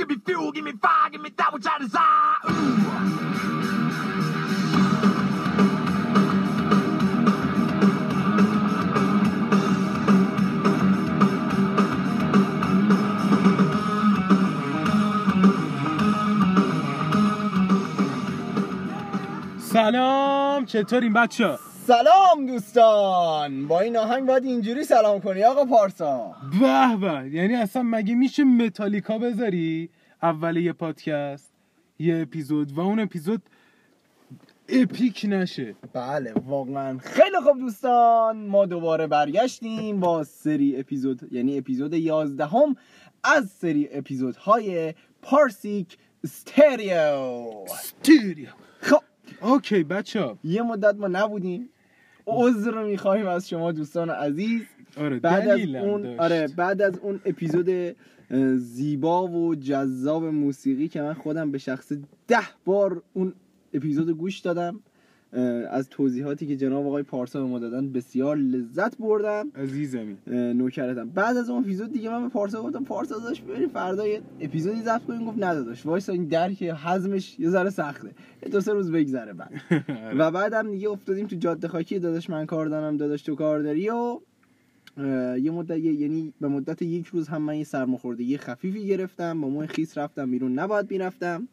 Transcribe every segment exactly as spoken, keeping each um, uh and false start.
Give me fuel, give me fire, give me that which I desire. Ooh. سلام، چطورین بچه؟ سلام دوستان. با این آهنگ باید اینجوری سلام کنی آقا پارسا. به به، یعنی اصلا مگه میشه متالیکا بذاری اول یه پادکست یه اپیزود و اون اپیزود اپیک نشه؟ بله واقعا. خیلی خوب دوستان، ما دوباره برگشتیم با سری اپیزود، یعنی اپیزود یازدهم از سری اپیزودهای پارسیک استریو. استریو. خب اوکی بچه، یه مدت ما نبودیم، عذر میخوایم از شما دوستان عزیز. آره بعد از دلیلم اون داشت. آره بعد از اون اپیزود زیبا و جذاب موسیقی که من خودم به شخص ده بار اون اپیزود گوش دادم، از توضیحاتی که جناب آقای پارسا به ما دادن بسیار لذت بردم. عزیزمی نوکرتم. بعد از اون اپیزود دیگه من به پارسا گفتم پارسا داش بریم فردا یه اپیزودی ضبط کنیم. گفت نه داداش وایسا، این درک هضمش یه ذره سخته، یه دو سه روز بگذره بعد. و بعدم دیگه افتادیم تو جاده خاکی، داداش من کار دارم، داداش تو کار داری، و یه مدت یعنی به مدت یک روز هم من یه سرماخوردگی خفیفی گرفتم، با موی خیس رفتم بیرون، نباید میرفتم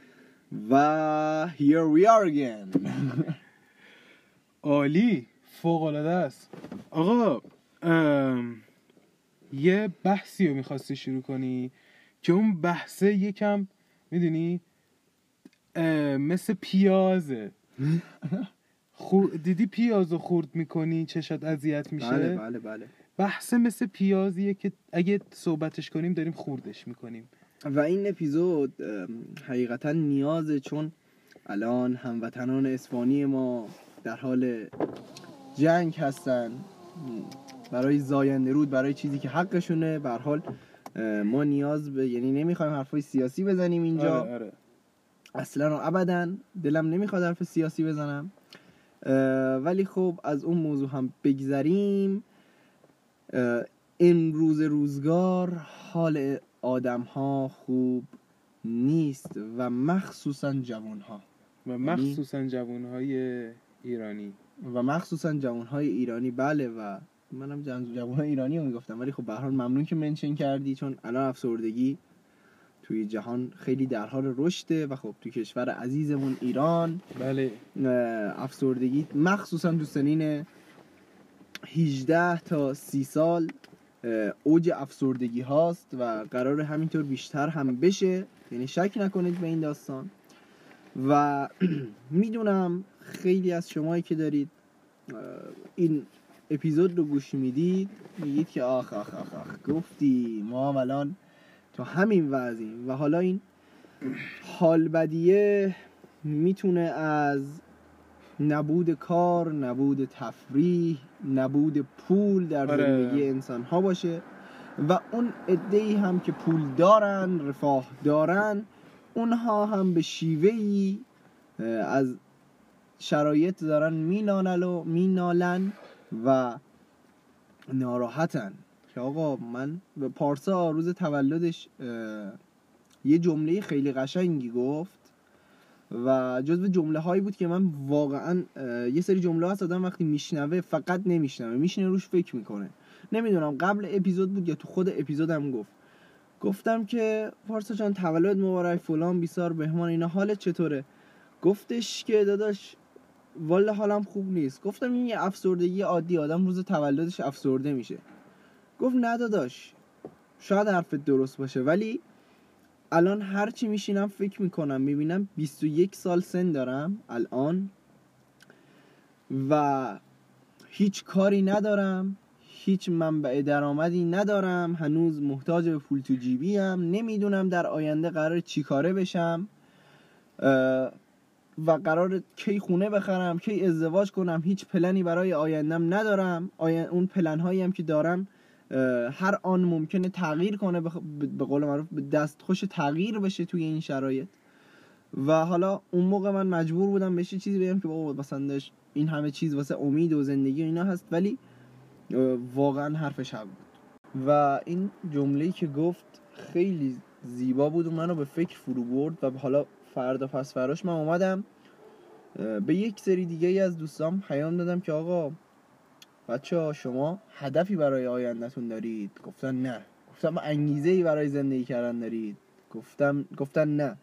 و here we are again. عالی، فوق العاده است. آقا یه بحثی رو میخواستی شروع کنی که اون بحثه یکم میدونی مثل پیازه. خو... دیدی پیازو خورد میکنی چشات اذیت میشه؟ بله بله بله. بحثه مثل پیازیه که اگه صحبتش کنیم داریم خوردش میکنیم. و این اپیزود حقیقتا نیازه، چون الان هموطنان اسپانی ما در حال جنگ هستن برای زاینده رود، برای چیزی که حقشونه. به هر حال ما نیاز به، یعنی نمیخوایم حرفای سیاسی بزنیم اینجا. آره آره. اصلا و ابدا دلم نمیخواد حرف سیاسی بزنم، ولی خب از اون موضوع هم بگذریم. امروز روزگار حال آدم ها خوب نیست و مخصوصا جوان ها و مخصوصا جوان های ایرانی و مخصوصا جوان های ایرانی. بله و منم جوان های ایرانی رو میگفتم، ولی خب به هر حال ممنون که منشن کردی، چون الان افسردگی توی جهان خیلی در حال رشده و خب توی کشور عزیزمون ایران بله افسردگی مخصوصا تو سنین هجده تا سی سال اوج افسردگی هاست و قرار همینطور بیشتر هم بشه، یعنی شک نکنید به این داستان. و میدونم خیلی از شمایی که دارید این اپیزود رو گوش میدید میگید که آخ آخ آخ آخ گفتی ما هم الان تو همین وضعیم. و حالا این حال بدیه میتونه از نبود کار، نبود تفریح، نبود پول در آره. زندگی انسان ها باشه. و اون عده‌ای هم که پول دارن، رفاه دارن، اونها هم به شیوهی از شرایط دارن مینالن و مینالن و ناراحتن. که آقا من به پارسا روز تولدش یه جمله خیلی قشنگی گفت و جزو جمله هایی بود که من واقعا یه سری جمله هست آدم وقتی میشنوه فقط نمیشنوه، میشینه روش فکر میکنه. نمیدونم قبل اپیزود بود یا تو خود اپیزودم گفت. گفتم که پارسا جان تولد مبارک فلان بیسار بهمان، اینا حالت چطوره؟ گفتش که داداش والا حالم خوب نیست. گفتم این یه افسردگی عادی، آدم روز تولدش افسرده میشه. گفت نه داداش شاید حرفت درست باشه، ولی الان هرچی میشینم فکر میکنم میبینم بیست و یک سال سن دارم الان و هیچ کاری ندارم، هیچ منبع درآمدی ندارم، هنوز محتاج به پول تو جیبی ام، نمیدونم در آینده قرار چی کاره بشم و قرار کی خونه بخرم، کی ازدواج کنم، هیچ پلنی برای آیندم ندارم. آیند... اون پلن هایی هم که دارم هر آن ممکنه تغییر کنه، بخ... به قول معروف به دستخوش تغییر بشه توی این شرایط. و حالا اون موقع من مجبور بودم بهش چیزی بگم که بابا مثلا داشت این همه چیز واسه امید و زندگی و اینا هست، ولی واقعا حرفش حق بود. و این جمله‌ای که گفت خیلی زیبا بود و منو به فکر فرو برد و حالا فردا پس فراش من اومدم به یک سری دیگه ای از دوستام پیام دادم که آقا بچه‌ها شما هدفی برای آینده‌تون دارید؟ گفتن نه. گفتم انگیزه‌ای برای زندگی کردن دارید؟ گفتم گفتن نه.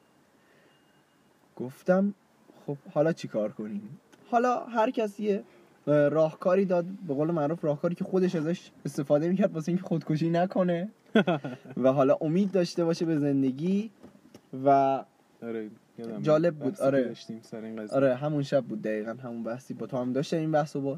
گفتم خب حالا چی کار کنیم؟ حالا هر کسی راهکاری داد، به قول معروف راهکاری که خودش ازش استفاده میکرد واسه اینکه خودکشی نکنه و حالا امید داشته باشه به زندگی. و آره جالب بود. آره داشتیم سر این قضیه. آره همون شب بود دقیقاً همون بحثی با تو هم داشتیم این بحثو باز.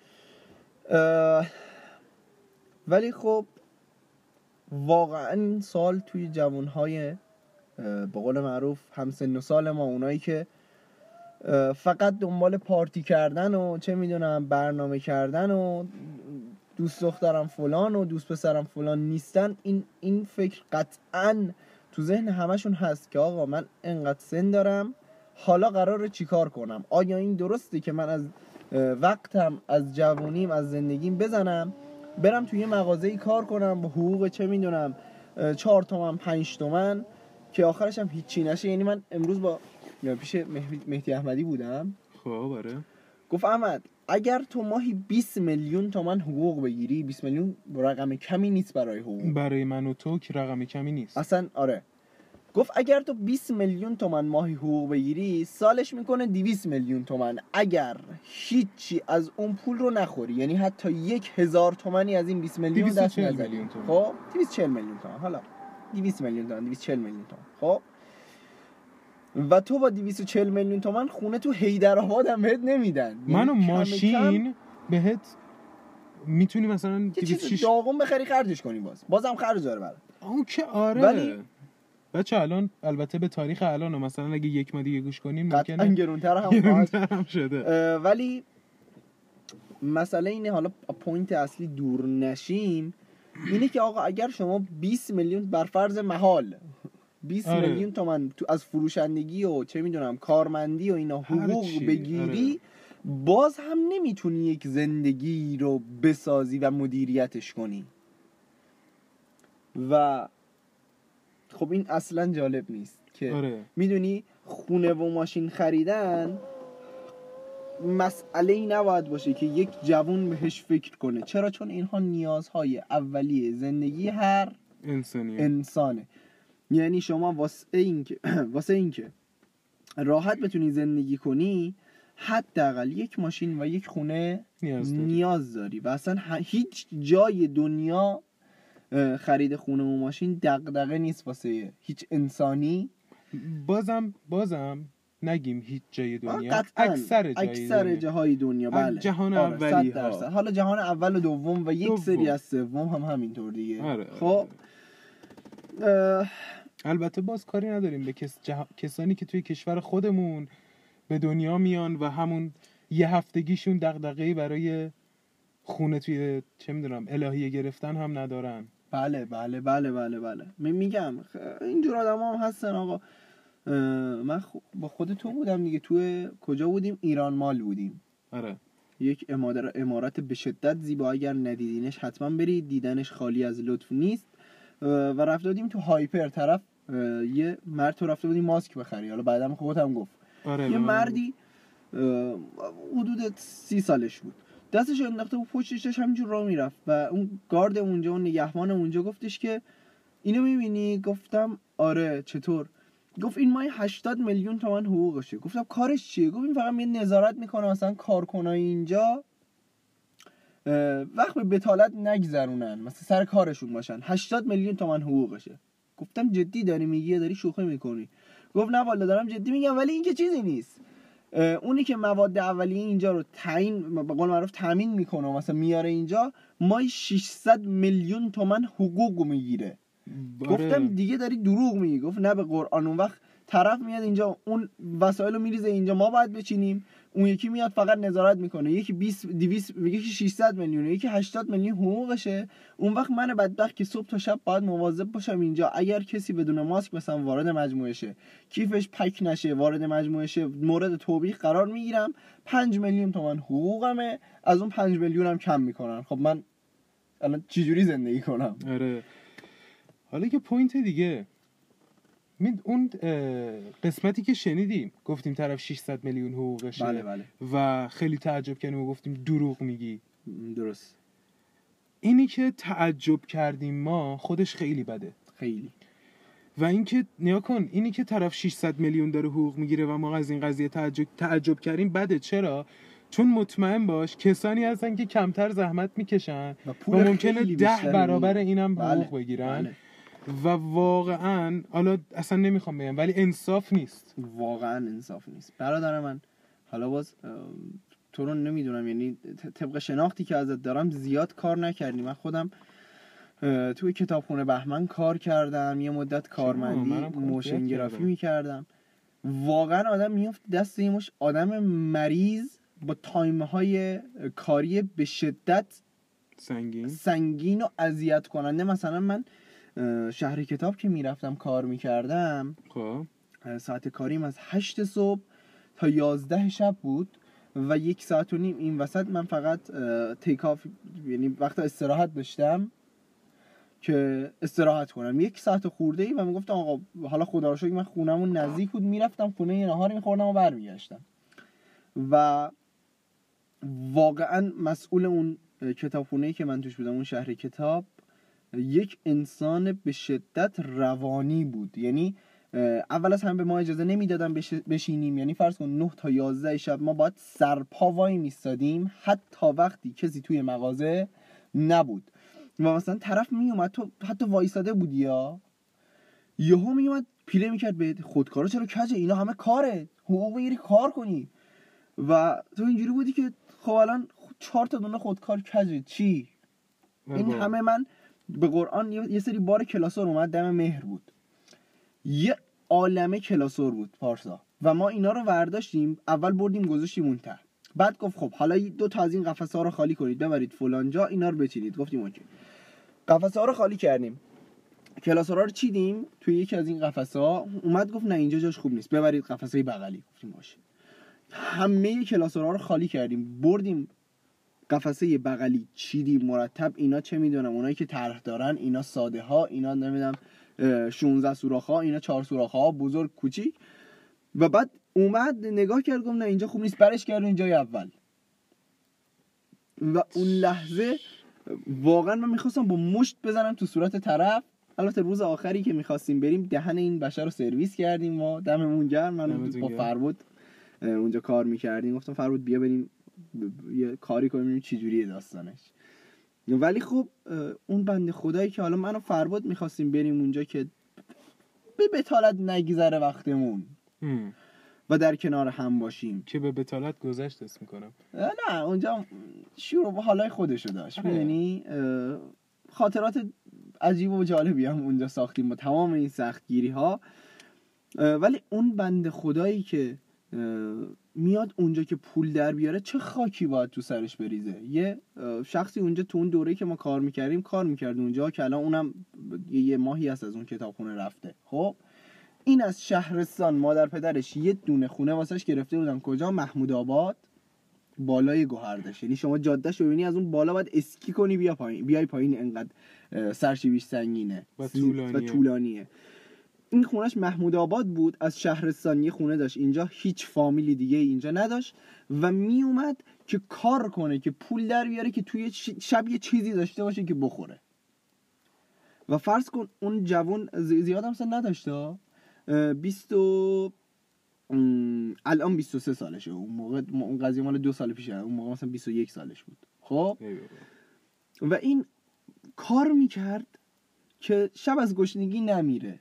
ولی خب واقعا این سال توی جوانهای به قول معروف هم سن و سال ما، اونایی که فقط دنبال پارتی کردن و چه میدونم برنامه کردن و دوست دخترم فلان و دوست پسرم فلان نیستن، این این فکر قطعاً تو ذهن همشون هست که آقا من انقدر سن دارم، حالا قراره چیکار کنم؟ آیا این درسته که من از وقتم، از جوونیم، از زندگیم بزنم برم توی یه مغازه‌ای کار کنم با حقوق چه میدونم چهار تومن پنج تومن که آخرش هم هیچی نشه؟ یعنی من امروز با پیش مهدی احمدی بودم. خب آره. گفت احمد اگر تو ماهی بیست میلیون تومن حقوق بگیری، بیست میلیون رقم کمی نیست برای حقوق، برای من و تو که رقم کمی نیست اصلا. آره گفت اگر تو بیست میلیون تومن ماهی حقوق بگیری سالش میکنه دویست میلیون تومن اگر هیچی از اون پول رو نخوری، یعنی حتی یک هزار تومنی از این بیست میلیون دست نزنی. خب دویست و چهل میلیون تومن، حالا دویست میلیون تومن، دویست و چهل میلیون تومن. خب و تو با دویست و چهل میلیون تومن خونه تو حیدرآباد هم بهت نمیدن. منو ماشین بهت میتونی مثلا دویست و شش داغون بخری خرجش کنی، باز بازم خرج داره برات. اون که آره. ولی بچه الان البته به تاریخ الان مثلا اگه یک ماه دیگه گوش کنیم ممکنه قطعا گرونتر هم, گرونتر هم شده. ولی مسئله اینه، حالا پوینت اصلی دور نشیم، اینه که آقا اگر شما بیست میلیون بر فرض محال بیست آره. میلیون تومن تو از فروشندگی و چه میدونم کارمندی و اینا حقوق بگیری، آره. باز هم نمیتونی یک زندگی رو بسازی و مدیریتش کنی و خب این اصلا جالب نیست که آره. میدونی خونه و ماشین خریدن مسئله ای نباید باشه که یک جوان بهش فکر کنه. چرا؟ چون اینها نیازهای اولیه زندگی هر انسانیه. انسانه. یعنی شما واسه این که واسه این که راحت بتونی زندگی کنی حداقل یک ماشین و یک خونه نیاز داری, نیاز داری. و اصلا هیچ جای دنیا خرید خونه و ماشین دغدغه نیست واسه هیچ انسانی. بازم بازم نگیم هیچ جای دنیا، اکثر جای اکثر دنیا. جاهای دنیا بله. جهان اولی ها. حالا جهان اول و دوم و یک دوم. سری از سوم هم همینطور دیگه. آره. خب اه... البته باز کاری نداریم به کس جه... کسانی که توی کشور خودمون به دنیا میان و همون یه هفتگیشون دغدغه‌ای برای خونه توی چه میدونم الهیه گرفتن هم ندارن. بله بله بله بله بله می میگم اینجور آدما هم هستن آقا. من خ... با خود تو بودم دیگه، توی کجا بودیم؟ ایران مال بودیم. آره. یک امارات به شدت زیبا، اگر ندیدینش حتما برید، دیدنش خالی از لطف نیست. و رفته بودیم تو هایپر، طرف یه مرد تو رفته بودیم ماسک بخری، حالا بعدم خودت هم گفت. آره یه مردی حدود سی سالش بود، دستش انداخته بود پشتش همینجور راه میرفت و اون گارد اونجا و نگهبان اونجا گفتش که اینو میبینی؟ گفتم آره. چطور؟ گفت این ماهی هشتاد میلیون تومان حقوقشه. گفتم کارش چیه؟ گفت این فقط میاد نظارت میکنه مثلا کارکنای اینجا وقت به بتالت نگذرونن، مثلا سر کارشون باشن. هشتاد میلیون تومان حقوقشه. گفتم جدی داری میگی یا داری شوخی میکنی؟ گفت نه والا دارم جدی میگم، ولی این که چیزی نیست. اونی که مواد اولیه اینجا رو تعیین به قول معروف تامین میکنه مثلا میاره اینجا، ماهی ششصد میلیون تومان حقوق میگیره. باره. گفتم دیگه داری دروغ میگی. گفت نه به قرآن. اون وقت طرف میاد اینجا اون وسایلو میریزه اینجا، ما باید بچینیم، اون یکی میاد فقط نظارت میکنه. یکی بیست دویست، یکی ششصد میلیون، یکی هشتاد میلیون حقوقشه. اون وقت من بدبخت که صبح تا شب باید مواظب باشم اینجا اگر کسی بدون ماسک مثلا وارد مجموعه شه، کیفش پک نشه، وارد مجموعه شه، مورد توبیخ قرار میگیرم. پنج میلیون تومان حقوقمه، از اون پنج میلیون هم کم میکنن. خب من الان چجوری زندگی کنم؟ آره. حالا که پوینت دیگه می اون قسمتی که شنیدیم گفتیم طرف ششصد میلیون حقوقشه بله بله و خیلی تعجب کردیم و گفتیم دروغ میگی. درست. اینی که تعجب کردیم ما خودش خیلی بده، خیلی. و اینکه نیا کن اینی که طرف ششصد میلیون داره حقوق میگیره و ما از این قضیه تعجب تعجب کردیم بده. چرا؟ چون مطمئن باش کسانی هستن که کمتر زحمت میکشن و, و ممکنه ده برابر اینم حقوق بله. بگیرن بله. و واقعا حالا اصلا نمیخوام بگم ولی انصاف نیست، واقعا انصاف نیست برادر من. حالا باز تو رو نمیدونم، یعنی طبق شناختی که ازت دارم زیاد کار نکردی. من خودم توی کتابخونه بهمن کار کردم، یه مدت کارمندی موشن گرافی میکردم. واقعا آدم میفت دست یه مش آدم مریض با تایم‌های کاری به شدت سنگین سنگین و اذیت کننده. مثلا من شهر کتاب که میرفتم کار میکردم، خب ساعت کاریم از هشت صبح تا یازده شب بود و یک ساعت و نیم این وسط من فقط تیک آف، یعنی وقت استراحت داشتم که استراحت کنم یک ساعت خورده ای و میگفتم آقا حالا خدا رو شکر من خونمون نزدیک بود، میرفتم خونه یه نهاری میخوردم و برمیگشتم. و واقعا مسئول اون کتابخونه‌ای که من توش بودم، اون شهر کتاب، یک انسان به شدت روانی بود. یعنی اول از همه به ما اجازه نمیدادن بشینیم، یعنی فرض کن نه تا یازده شب ما باید سرپا وای میستادیم حتی وقتی کسی توی مغازه نبود. و مثلا طرف میومد تو حتی وایساده بودی یا یهو میومد پیله میکرد به خودکارا چرا کجه، اینا همه کاره، حقوق بگیری کار کنی. و تو اینجوری بودی که خب الان چهار تا دونه خودکار کجه چی؟ این همه من به قرآن یه سری بار کلاسور اومد دم مهر بود، یه عالمه کلاسور بود پارسا، و ما اینا رو ورداشتیم اول بردیم گذاشتیم اون ته. بعد گفت خب حالا دو تا از این قفسه ها رو خالی کنید ببرید فلان جا اینا رو بچینید. گفتیم اوکی. قفسه ها رو خالی کردیم، کلاسورا رو چیدیم توی یکی از این قفسه ها. اومد گفت نه اینجا جاش خوب نیست ببرید قفسه بغلی. گفتیم باشه. همه کلاسورا رو خالی کردیم، بردیم قفسه بغلی چیدیم مرتب. اینا چه میدونم اونایی که طرح دارن اینا ساده ها، اینا نمیدونم شانزده سوراخ ها، اینا چهار سوراخ ها، بزرگ کوچیک. و بعد اومد نگاه کرد گفت نه اینجا خوب نیست، برش کرد اینجای اول. و اون لحظه واقعا من میخواستم با مشت بزنم تو صورت طرف. البته روز آخری که میخواستیم بریم دهن این بشر رو سرویس کردیم ما، دممون گرم. من با فربود اونجا کار میکردیم، گفتم فربود بیا بریم یه کاری کنیم چی جوریه داستانش. ولی خب اون بنده خدایی که حالا من و فربود میخواستیم بریم اونجا که به بتالت نگذره وقتمون ام. و در کنار هم باشیم که به بتالت گذشت اسم میکنم. نه اونجا شروع به حالای خودشو داشت، میدونی خاطرات عجیب و جالبی هم اونجا ساختیم با تمام این سختگیری ها. ولی اون بنده خدایی که میاد اونجا که پول در بیاره چه خاکی باید تو سرش بریزه. یه شخصی اونجا تو اون دوره‌ای که ما کار میکردیم کار میکرد اونجا که الان اونم یه ماهی هست از اون کتابخونه رفته. خب این از شهرستان مادر پدرش یه دونه خونه واسش گرفته بودن کجا؟ محمود آباد بالای گوهردش. یعنی شما جادهش رو ببینی از اون بالا باید اسکی کنی بیا پایین، بیای پایین انقدر سرشیبیش سنگینه و طولانیه. و طولانیه. این خونش محمود آباد بود، از شهرستان یه خونه داشت اینجا، هیچ فامیلی دیگه اینجا نداشت و می اومد که کار کنه که پول در بیاره که توی شب یه چیزی داشته باشه که بخوره. و فرض کن اون جوان زیاد هم سن نداشته، بیست و الان بیست و سه سالشه، اون موقع اون قضیه مال دو سال پیشه، اون موقع مثلا بیست و یک سالش بود. خب و این کار میکرد که شب از گشنگی نمیره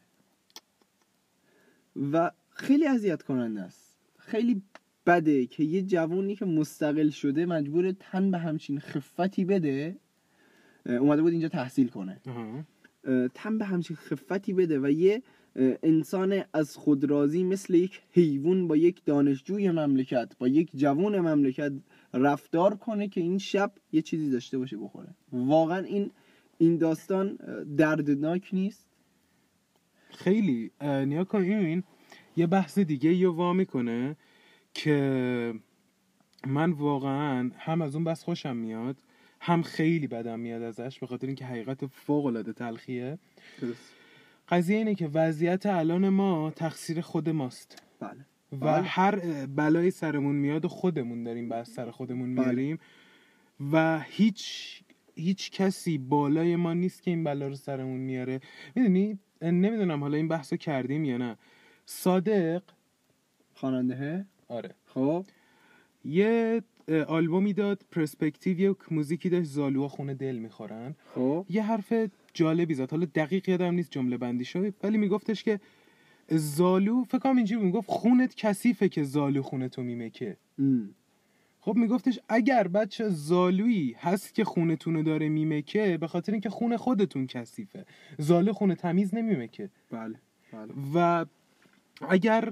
و خیلی اذیت کننده است. خیلی بده که یه جوونی که مستقل شده مجبور تن به همچین خفتی بده، اومده بود اینجا تحصیل کنه، تن به همچین خفتی بده و یه انسان از خود راضی مثل یک حیوان با یک دانشجوی مملکت، با یک جوان مملکت رفتار کنه که این شب یه چیزی داشته باشه بخوره. واقعا این این داستان دردناک نیست؟ خیلی. نیا کن این یه بحث دیگه یه وا میکنه که من واقعا هم از اون بحث خوشم میاد هم خیلی بدم میاد ازش، به خاطر اینکه حقیقت فوق العاده تلخیه. قضیه اینه که وضعیت الان ما تقصیر خود ماست بله و بله. هر بلایی سرمون میاد و خودمون داریم بر سر خودمون بله. میاریم و هیچ هیچ کسی بالای ما نیست که این بلا رو سرمون میاره. میدونی نمیدونم حالا این بحثو کردیم یا نه. صادق خواننده آره خب یه آلبومی داد پرسپکتیو، یه موزیکی داشت زالوها خونه دل میخورن. خب یه حرف جالبی زد، حالا دقیق یادم نیست جمله بندی شد، ولی میگفتش که زالو فکر کنم اینجوری میگفت خونت کثیفه که زالو خونتو میمکه. ام. خب میگفتش اگر بچه زالویی هست که خونتونو داره میمکه به خاطر اینکه خون خودتون کثیفه، زالو خونه تمیز نمیمکه. بله بله و اگر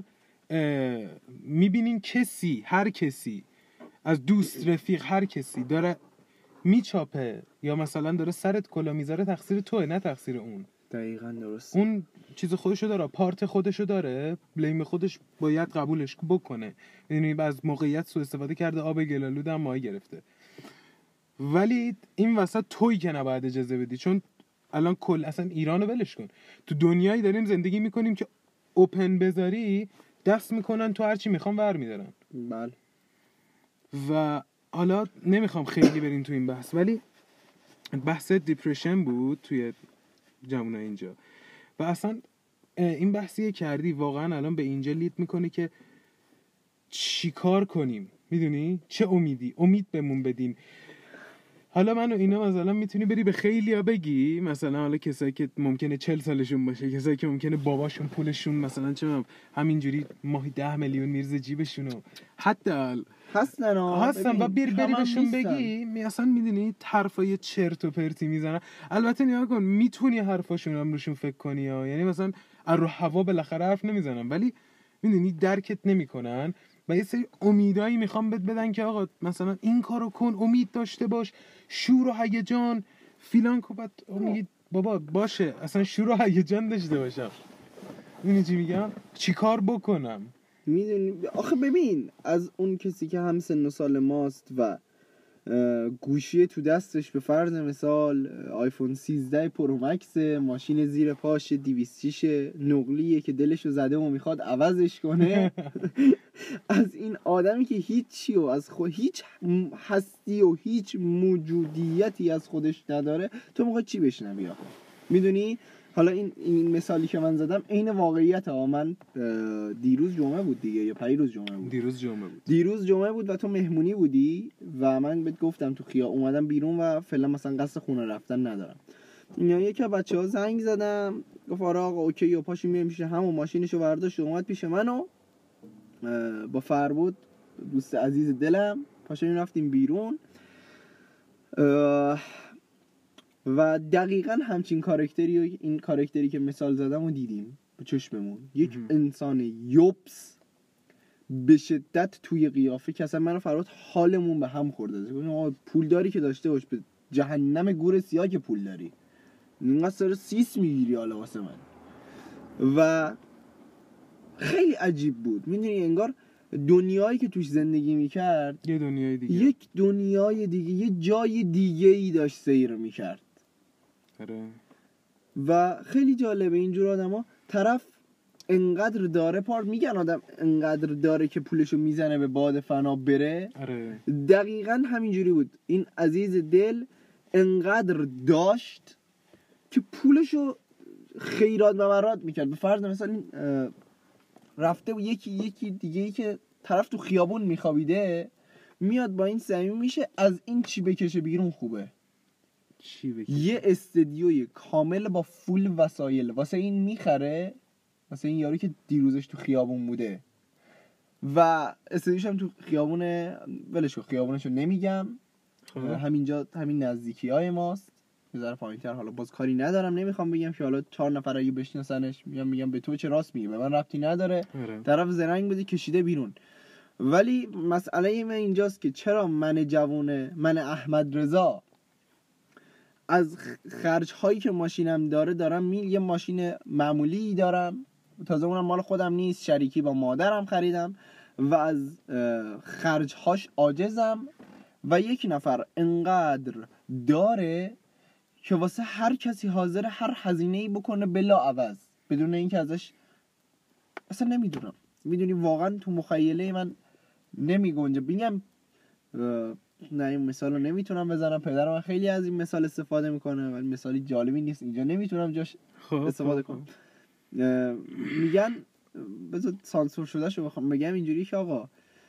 میبینین کسی هر کسی از دوست رفیق هر کسی داره میچاپه یا مثلا داره سرت کلا میذاره تقصیر توه نه تقصیر اون. دقیقاً درست. اون چیز خودشو داره، پارت خودشو داره، بلیم خودش باید قبولش بکنه. یعنی از موقعیت سوء استفاده کرده، آب گلالود هم ماهی گرفته. ولی این وسط تویی که نباید اجازه بدی، چون الان کل اصلا ایرانو ولش کن، تو دنیایی داریم زندگی میکنیم که اوپن بذاری دست میکنن تو هرچی میخوام ور میدارن. بله. و حالا نمیخوام خیلی بریم تو این بحث، ولی بحث دیپرشن بود توی جمعنا اینجا و اصلا این بحثیه کردی واقعا الان به اینجا لید میکنه که چی کار کنیم. میدونی چه امیدی امید بهمون بدین. حالا من و اینا مثلا میتونی بری به خیلی ها بگی، مثلا حالا کسایی که ممکنه چل سالشون باشه، کسایی که ممکنه باباشون پولشون مثلا چه همینجوری ماهی ده میلیون میرزه جیبشون و حتی هستن ها هستن و بری بری بهشون بگی می اصلا میدونی حرفای چرت و پرتی میزنن. البته نیا کن میتونی حرفاشون هم روشون فکر کنی ها، یعنی مثلا رو هوا بالاخره حرف نمیزنن ولی میدونی درکت نمیکنن و یه سری امیدایی میخوام بهت بدن که آقا مثلا این کارو کن، امید داشته باش، شور و هیجان فیلان کو. بعد میگی بابا باشه اصلا شور و هیجان داشته باشم، میدونی چی میگم، چیکار بکنم؟ میدونی آخه ببین از اون کسی که هم سن و سال ماست و گوشی تو دستش به فرض مثال آیفون سیزده پرو مکس، ماشین زیر پاش دویست و شش نقلیه که دلشو زده و میخواد عوضش کنه از این آدمی که هیچی و از خود هیچ هستی و هیچ موجودیتی از خودش نداره تو میخواد چی بشنوی آخه؟ میدونی حالا این این مثالی که من زدم عین واقعیت ها. من دیروز جمعه بود دیگه یا پریروز جمعه بود دیروز جمعه بود دیروز جمعه بود و تو مهمونی بودی و من بهت گفتم تو خیابون اومدم بیرون و فعلا مثلا قصد خونه رفتن ندارم. اینا یکی از بچه‌ها زنگ زدم گفت آره آقا اوکی و پاشو میام پیش همون ماشینشو برداشت اومد پیش منو با فربود دوست عزیز دلم پاشو رفتیم بیرون و دقیقاً همچین کاراکتری و این کاراکتری که مثال زدم رو دیدیم به چشممون. یک انسان یوبس به شدت توی قیافه که اصلا من و فرات حالمون به هم خورده. پولداری که داشته باش به جهنم گور سیاه که پول داری اینقدر سر سیس میگیری حالا واسه من و خیلی عجیب بود. میدونی انگار دنیایی که توش زندگی میکرد یه دنیای دیگه یک دنیای دیگه یه جای دیگه ای داشت سیر میکرد. آره. و خیلی جالبه اینجور آدم ها طرف انقدر داره پارت میگن آدم انقدر داره که پولشو میزنه به باد فنا بره. آره. دقیقاً همینجوری بود. این عزیز دل انقدر داشت که پولشو خیرات مبرات میکرد. به فرض مثلا رفته و یکی یکی دیگه ای که طرف تو خیابون میخوابیده میاد با این صمیم میشه از این چی بکشه بیرون خوبه چی بکشه؟ یه استدیوی کامل با فول وسایل واسه این میخره، واسه این یاری که دیروزش تو خیابون بوده و استدیوش هم تو خیابون ولش کن خیابونشو نمیگم همینجا همین نزدیکی های ماست یه ذره پایین‌تر. حالا باز کاری ندارم نمیخوام بگم که حالا چهار نفر اگه بشناسنش میگم میگم به تو چه راست میگه، به من ربطی نداره. طرف زرنگ بوده کشیده بیرون. ولی مسئله من اینجاست که چرا من جوونه من احمد رضا از خرج هایی که ماشینم داره دارم میل یه ماشین معمولی دارم تازه اونم مال خودم نیست شریکی با مادرم خریدم و از خرج هاش عاجزم و یک نفر انقدر داره که واسه هر کسی حاضر هر هزینه‌ای بکنه بلا عوض بدون اینکه ازش اصلا نمیدونم. میدونی واقعا تو مخیله من نمیگنجه. بگم نه این مثال رو نمیتونم بزنم، پدر من خیلی از این مثال استفاده میکنه ولی مثالی جالبی نیست اینجا نمیتونم جاش خب استفاده خب. کنم. میگن بذار سانسور شده شو بخوام بگم اینجوری که آقا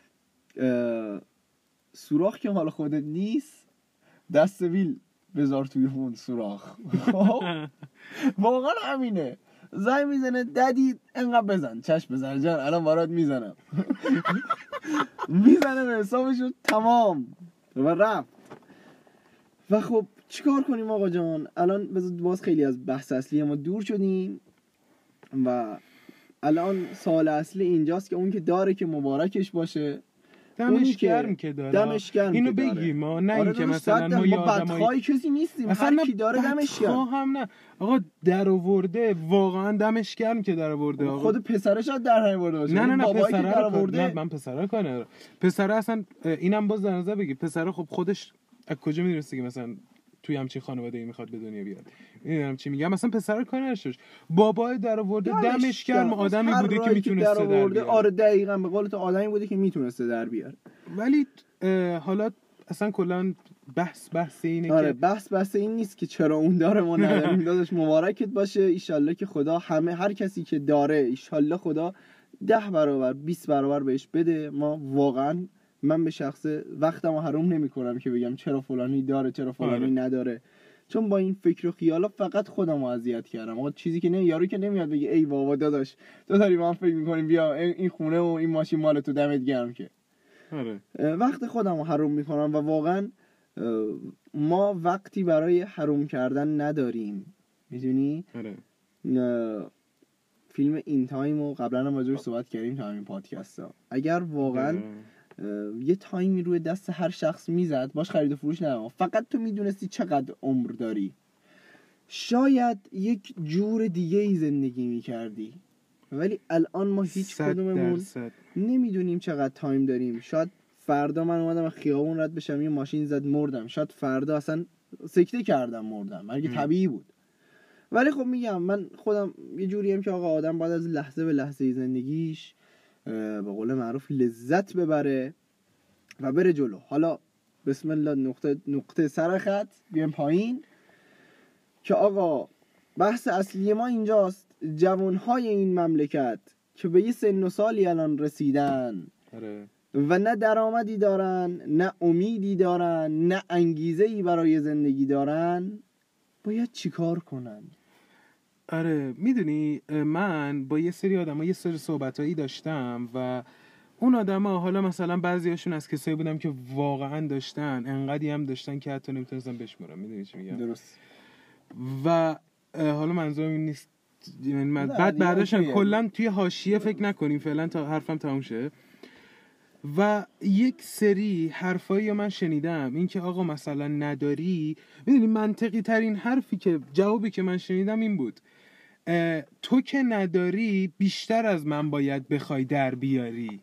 سوراخ که مال خودت نیست دست ویل بذار توی اون سوراخ. واقعا همینه. زنگ میزنه ددی انقدر بزن، چشم بزن جان الان برات میزنم. میزنه به حسابشو تمام و رفت. و خب چیکار کنیم آقا جان؟ الان باز خیلی از بحث اصلی ما دور شدیم و الان سوال اصلی اینجاست که اون که داره که مبارکش باشه، دمش گرم که داره، دمش گرم اینو که داره. بگیم ما، نه آره اینکه مثلا ما یا بدخوای کسی نیستیم، هر کی داره دمش گرم. هم نه آقا در آورده واقعا دمش گرم که در آورده. آقا خود پسرش هم در آورده باشه. نه نه نه بابایی که پسره در رو آورده نه من پسره کنه پسره اصلا اینم باز در نظر بگی پسره خب خودش از کجا میدونسته که مثلا توی همچین خانواده‌ای میخواد به دنیا بیاد. میدونم چی میگم، مثلا پسر کار نشوش بابای در آورده دمش گرم، آدمی بوده که میتونسته در, در بیاره. آره دقیقاً به قول تو آدمی بوده که میتونسته در بیاره. ولی حالا اصلا کلا بحث بحث اینه آره که بحث بحث این نیست که چرا اون داره ما نداریم. داداش مبارکت باشه، ایشالله که خدا همه هر کسی که داره ایشالله خدا ده برابر بیست برابر بهش بده. ما واقعا من به شخص وقتمو حرام نمی‌کنم که بگم چرا فلانی داره چرا فلانی آره. نداره، چون با این فکر و خیالا فقط خودمو اذیت کردم. آقا چیزی که نه یارو که نمیاد بگه ای بابا داداش تو داری ما هم فکر می‌کنیم بیا این خونه و این ماشین مال تو دمت گرم که. آره. وقت خودمو حرام می‌کنم و واقعا ما وقتی برای حرام کردن نداریم. میدونی؟ آره. فیلم این تایم رو قبلا هم راجعش صحبت کردیم تو همین پادکست ها. اگر واقعا یه تایمی روی دست هر شخص میزد باش خرید و فروش ندارم، فقط تو میدونستی چقدر عمر داری، شاید یک جور دیگه ای زندگی میکردی. ولی الان ما هیچ کدوممون نمیدونیم چقدر تایم داریم. شاید فردا من اومدم خیابون رد بشم یه ماشین زد مردم، شاید فردا اصلا سکته کردم مردم، مرگ طبیعی بود. ولی خب میگم من خودم یه جوریم که آقا آدم باید از لحظه به لحظه زندگیش به قول معروف لذت ببره و بره جلو. حالا بسم الله نقطه نقطه سر خط بیایم پایین که آقا بحث اصلی ما اینجاست. جوانهای این مملکت که به یه سن و سالی الان رسیدن آره. و نه درآمدی دارن، نه امیدی دارن، نه انگیزه‌ای برای زندگی دارن، باید چیکار کنن؟ آره میدونی من با یه سری آدم‌ها یه سری صحبتایی داشتم و اون آدم‌ها حالا مثلا بعضیاشون از کسایی بودم که واقعا داشتن انقدی هم داشتن که حتی نمیتونستم بشمرم. میدونی چی میگم؟ درست. و حالا منظورم این نیست من بعد بعدش کلا توی حاشیه فکر نکنیم فعلا تا حرفم تموم شه. و یک سری حرفایی من شنیدم این که آقا مثلا نداری، میدونی منطقی ترین حرفی که جوابی که من شنیدم این بود تو که نداری بیشتر از من باید بخوای در بیاری.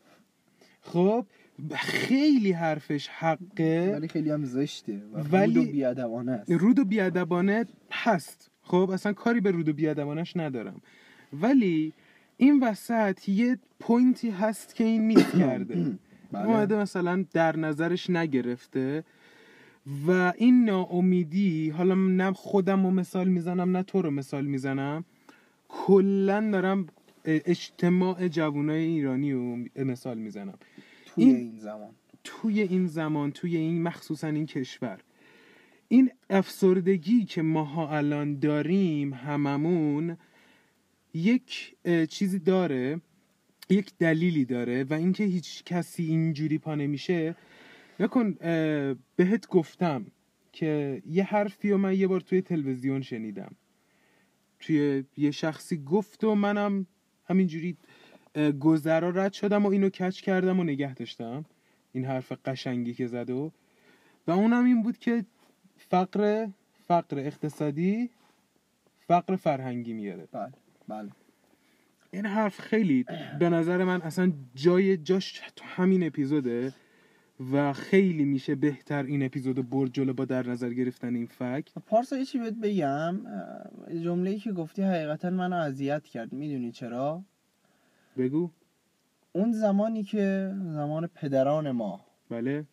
خب خیلی حرفش حقه ولی خیلی هم زشته و ولی رود و بیادبانه است. رود و بیادبانه هست. خب اصلا کاری به رود و بیادبانش ندارم، ولی این وسط یه پوینتی هست که این میس کرده. اومده مثلا در نظرش نگرفته و این ناامیدی، حالا نه خودم رو مثال میزنم نه تو رو مثال میزنم، کلن دارم اجتماع جوانای ایرانی رو مثال میزنم توی این, این زمان توی این زمان توی این مخصوصا این کشور، این افسردگی که ماها الان داریم هممون یک چیزی داره، یک دلیلی داره و اینکه هیچ کسی اینجوری پا نمیشه. نکن بهت گفتم که یه حرفی رو من یه بار توی تلویزیون شنیدم، توی یه شخصی گفت و منم همینجوری گذرا رد شدم و اینو کچ کردم و نگه داشتم، این حرف قشنگی که زد و و اونم این بود که فقر فقر اقتصادی فقر فرهنگی میاره. بله بله. این حرف خیلی به نظر من اصلا جای جاش تو همین اپیزوده و خیلی میشه بهتر این اپیزودو برد جلو با در نظر گرفتن این فکت. پارسا یه چی بهت بگم، جمله‌ای که گفتی حقیقتا منو اذیت کرد. میدونی چرا؟ بگو. اون زمانی که زمان پدران ما، بله،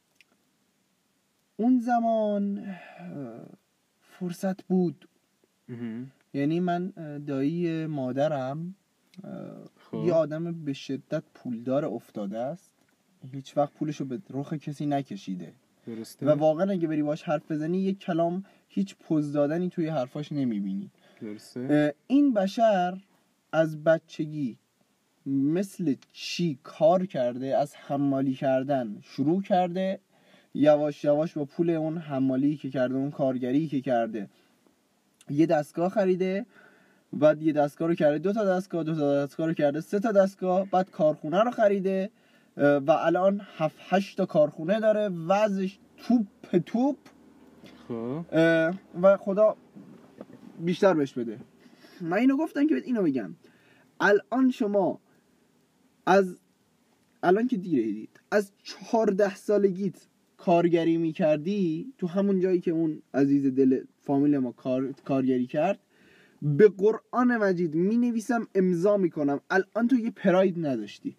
اون زمان فرصت بود. یعنی من دایی مادرم خب. یه آدم به شدت پولدار افتاده است، هیچ وقت پولشو به رخ کسی نکشیده. درسته. و واقعا اگه بری باش حرف بزنی یک کلام هیچ پوز دادنی توی حرفاش نمیبینی. درسته. این بشر از بچگی مثل چی کار کرده، از حمالی کردن شروع کرده، یواش یواش با پول اون حمالی که کرده، اون کارگری که کرده، یه دستگاه خریده، بعد یه دستگاه رو کرده دو تا دستگاه، دو تا دستگاه رو کرده سه تا دستگاه، بعد کارخونه رو خریده و الان هفت هشت تا کارخونه داره، وضعش توپ توپ. خب و خدا بیشتر بهش بده. من اینو گفتم که اینو بگم، الان شما از الان که دیره دید از چهارده سالگیت کارگری میکردی تو همون جایی که اون عزیز دل فامیل ما کار، کارگری کرد، به قرآن مجید می نویسم امضا میکنم الان تو یه پراید نداشتی.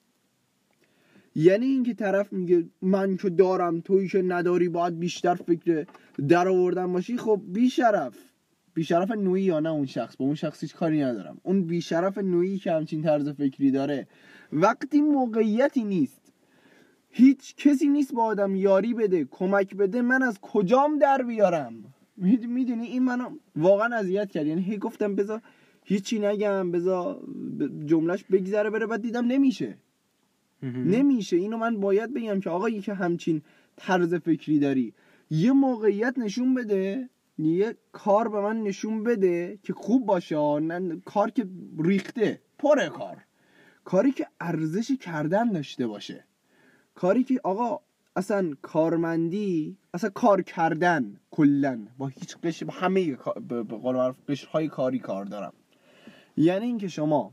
یعنی این که طرف میگه من که دارم تویی که نداری باید بیشتر فکر در آوردن باشی. خب بی شرف بی شرف نوعی یا نه اون شخص، با اون شخص هیچ کاری ندارم. اون بی شرف نوعی که همچین طرز فکری داره، وقتی موقعیتی نیست، هیچ کسی نیست با آدم یاری بده، کمک بده، من از کجام در بیارم؟ میدونی این منو واقعا اذیت کرد. یعنی هی گفتم بذار هیچی نگم، بذار جملهش بگذره بره، بعد دیدم نمیشه نمیشه اینو من باید بگم که آقایی که همچین طرز فکری داری، یه موقعیت نشون بده، یه کار به من نشون بده که خوب باشه، نه کار که ریخته پره، کار کاری که ارزش کردن داشته باشه، کاری که آقا اصلا کارمندی، اصلا کار کردن کلن با هیچ قشر، با همه به قول معروف قشرهای کاری کار دارم. یعنی اینکه شما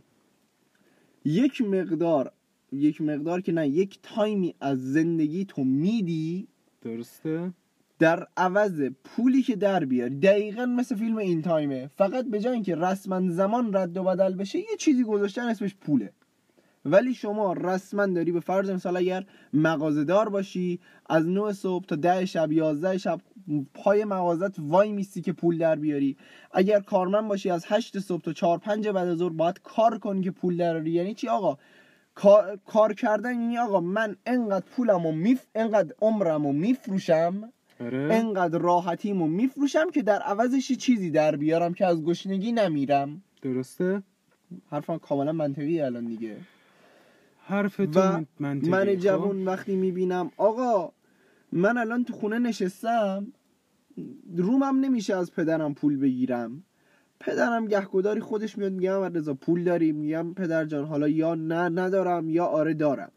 یک مقدار یک مقدار که نه یک تایمی از زندگی تو میدی، درسته، در عوض پولی که در بیاری. دقیقاً مثل فیلم این تایمه، فقط به جای اینکه رسما زمان رد و بدل بشه یه چیزی گذاشتن اسمش پوله. ولی شما رسما داری، به فرض مثال اگر مغازه‌دار باشی، از نه صبح تا ده شب یازده شب پای مغازت وای میستی که پول در بیاری. اگر کارمند باشی از هشت صبح تا چهار پنج بعد از ظهر باید کار کنی که پول در بیاری. یعنی چی آقا؟ کار, کار کردن یعنی آقا من انقدر پولمو میف انقدر عمرمو میفروشم، انقدر راحتیمو میفروشم که در عوضش چیزی در بیارم که از گشنگی نمیرم. درسته؟ حرفم کاملا منطقیه الان دیگه. حرف تو منطقیه. من جوان وقتی میبینم آقا من الان تو خونه نشستم، رومم نمیشه از پدرم پول بگیرم، پدرم گهگداری خودش میاد میگم رضا پول داری؟ میگم پدر جان حالا یا نه ندارم یا آره دارم.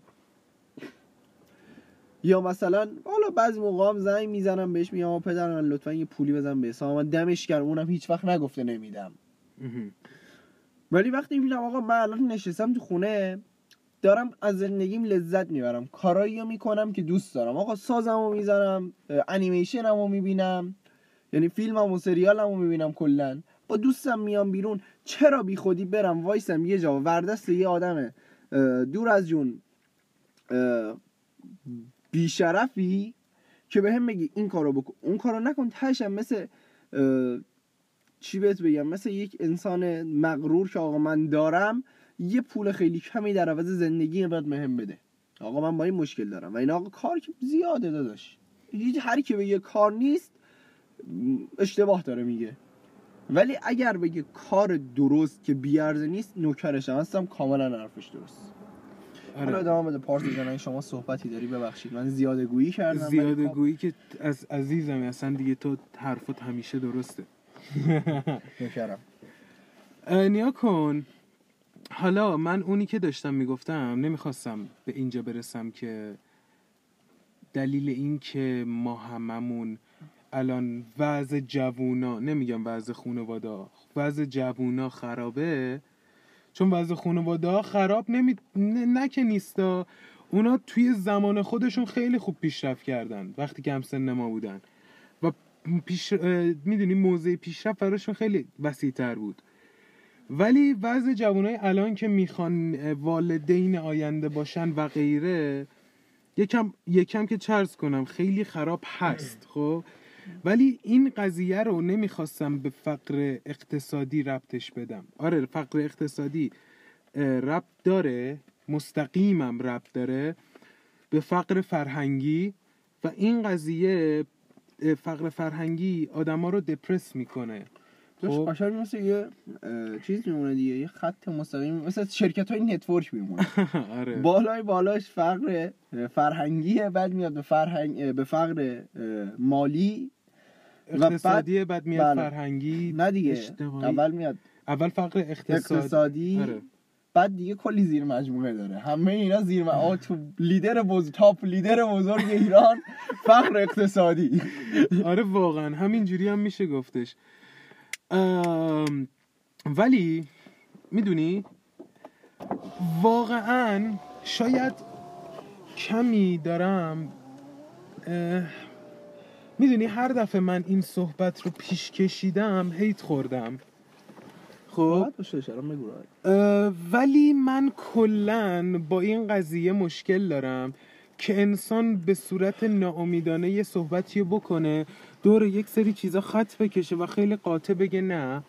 یا مثلا حالا بعضی موقع هم زنگ میزنم بهش میگم پدر لطفا یه پولی بزن به حسابم، دمش گرم، اونم هیچ وقت نگفته نمیدم. ولی وقتی میبینم آقا من الان نشستم تو خونه دارم از زندگیم لذت میبرم، کارایی رو میکنم که دوست دارم، آقا سازمو میزنم، انیمیشنمو میبینم، یعنی فیلمم و سریالمو میبینم، کلا با دوستم میام بیرون، چرا بی خودی برم وایسم یه جا وردست یه آدم دور از جون بیشرفی که به هم بگی این کارو بکن اون کارو نکن، تاشم مثل چی بهت بگم، مثل یک انسان مغرور که آقا من دارم یه پول خیلی کمی در عوض زندگی بعد مهم بده. آقا من با این مشکل دارم و این آقا کار که زیاده داداش، هیچ هر کی بگه کار نیست اشتباه داره میگه. ولی اگر بگه کار درست که بیارزه نیست نوکرشم هستم، کاملا حرفش درست. حالا ادامه بده پارس جان، شما صحبتی داری؟ ببخشید من زیاده گویی کردم. زیاده گویی که از عزیزم اصلا دیگه، تو حرفت همیشه درسته. نوکرم. نیا کن. حالا من اونی که داشتم میگفتم نمیخواستم به اینجا برسم که دلیل این که ما هممون الان وضع جوونا، نمیگم وضع خانواده، وضع جوونا خرابه، چون وضع خانواده خراب نمی... نه, نه که نیستا، اونا توی زمان خودشون خیلی خوب پیشرفت کردن وقتی که هم سن ما بودن و پیش میدونی موضع پیشرفت براشون خیلی وسیع‌تر بود. ولی وضع جوانای الان که میخوان والدین آینده باشن و غیره یکم یکم که چرز کنم خیلی خراب هست. خب ولی این قضیه رو نمیخواستم به فقر اقتصادی ربطش بدم. آره فقر اقتصادی ربط داره، مستقیمم ربط داره به فقر فرهنگی و این قضیه فقر فرهنگی آدما رو دپرس میکنه. خب قشنگ مثل یه چیز میمونه دیگه، یه خط مستقیم مثل شرکت های نتورک میمونه. آره. بالای بالاش فقر فرهنگیه، بعد میاد به فرهنگ به فقر مالی اقتصادی، بعد میاد بله. فرهنگی. نه دیگه اجتماعی. اول میاد اول فقر اقتصاد. اقتصادی آره. بعد دیگه کلی زیر مجموعه داره. همه اینا زیر مجموعه تو لیدر بزرگ تاپ لیدر بزرگ ایران فقر اقتصادی. آره واقعا همینجوری هم میشه گفتش. ولی میدونی واقعا شاید کمی دارم میدونی هر دفعه من این صحبت رو پیش کشیدم هیت خوردم. خب ولی من کلن با این قضیه مشکل دارم که انسان به صورت ناامیدانه یه صحبتی بکنه دور یک سری چیزا خط بکشه و خیلی قاطع بگه نه.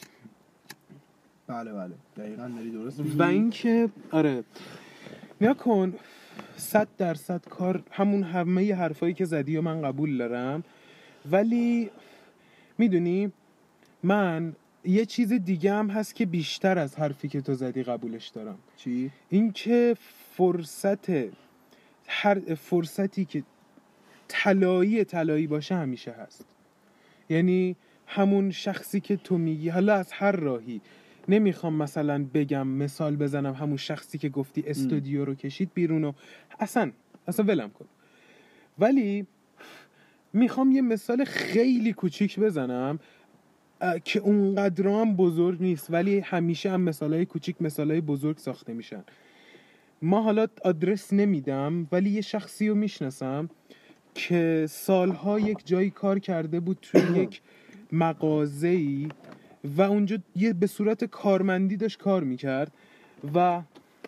بله بله دقیقاً داری درست و اینکه آره نیا کن صد درصد کار همون همه ی حرفایی که زدی و من قبول دارم، ولی میدونی من یه چیز دیگه هم هست که بیشتر از حرفی که تو زدی قبولش دارم. چی؟ این که فرصت هر فرصتی که طلایی طلایی باشه همیشه هست. یعنی همون شخصی که تو میگی حالا از هر راهی، نمیخوام مثلا بگم مثال بزنم همون شخصی که گفتی استودیو رو کشید بیرون و اصلا اصلا ولم کن، ولی میخوام یه مثال خیلی کوچیک بزنم که اونقدر هم بزرگ نیست ولی همیشه هم مثالای کوچیک مثالای بزرگ ساخته میشن. ما حالا آدرس نمیدم ولی یه شخصی رو میشناسم که سالها یک جایی کار کرده بود توی یک مغازه‌ای و اونجا یه به صورت کارمندی داشت کار میکرد و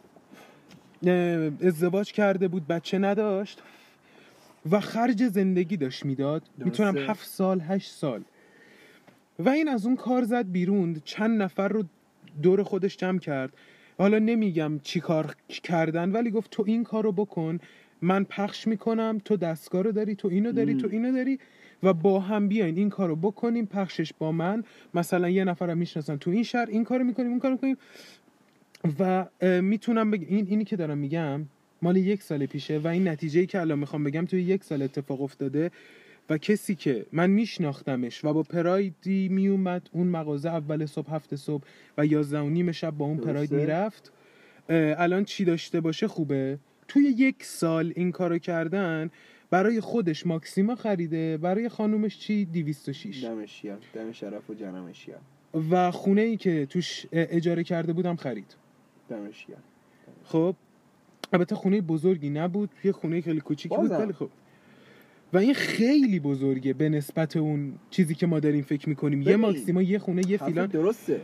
ازدواج کرده بود، بچه نداشت و خرج زندگی داشت میداد، میتونم هفت سال هشت سال. و این از اون کار زد بیرون، چند نفر رو دور خودش جمع کرد، حالا نمیگم چی کار کردن ولی گفت تو این کار رو بکن، من پخش میکنم، تو دستگاه رو داری، تو اینو داری، تو اینو داری و با هم بیاین این کار رو بکنیم، پخشش با من، مثلا یه نفر هم میشناسن تو این شهر، این کار رو میکنیم اون کار رو میکنیم. و میتونم بگم این اینی که دارم میگم مال یک سال پیشه و این نتیجه‌ای که الان میخوام بگم توی یک سال اتفاق افتاده و کسی که من میشناختمش و با پرایدی میومد اون مغازه اول صبح هفت صبح و یازده و نیم شب با اون پراید میرفت، الان چی داشته باشه خوبه. توی یک سال این کارو کردن برای خودش ماکسیما خریده، برای خانومش چی دویست و شش دمش گرم، دم شرف و جنمش گرم، و خونه ای که توش اجاره کرده بودم خرید، دمش گرم. خب البته خونه بزرگی نبود، یه خونه خیلی کوچیکی بود ولی خب و این خیلی بزرگه به نسبت اون چیزی که ما داریم فکر میکنیم. یه ماکسیما یه خونه یه فیلان درسته.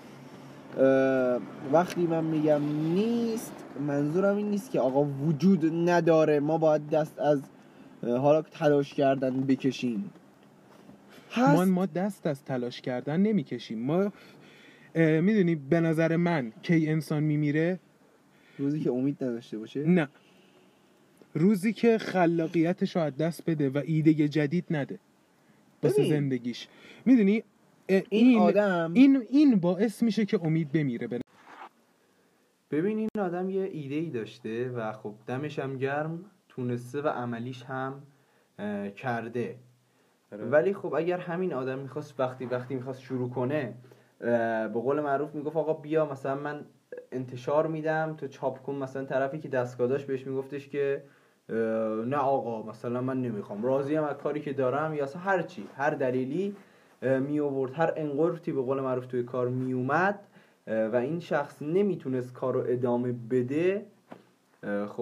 وقتی من میگم نیست منظورم این نیست که آقا وجود نداره ما باید دست از حالا تلاش کردن بکشیم. ما ما دست از تلاش کردن نمیکشیم. ما میدونی به نظر من کی انسان میمیره؟ روزی که امید نداشته باشه؟ نه، روزی که خلاقیتش رو از دست بده و ایده جدید نده واسه زندگیش. میدونی این, این آدم این این باعث میشه که امید بمیره. بنا. ببین این آدم یه ایده‌ای داشته و خب دمش هم گرم تونسته و عملیش هم کرده. ولی خب اگر همین آدم میخواست وقتی وقتی میخواست شروع کنه به قول معروف میگفت آقا بیا مثلا من انتشار میدم تو چاپ کن، مثلا طرفی که دستگاه داشت بهش میگفتش که نه آقا مثلا من نمیخوام، راضیم از کاری که دارم، یا اصلا هر چی هر دلیلی می آورد، هر انقرتی به قول معروف توی کار می اومد و این شخص نمیتونست کارو ادامه بده، خب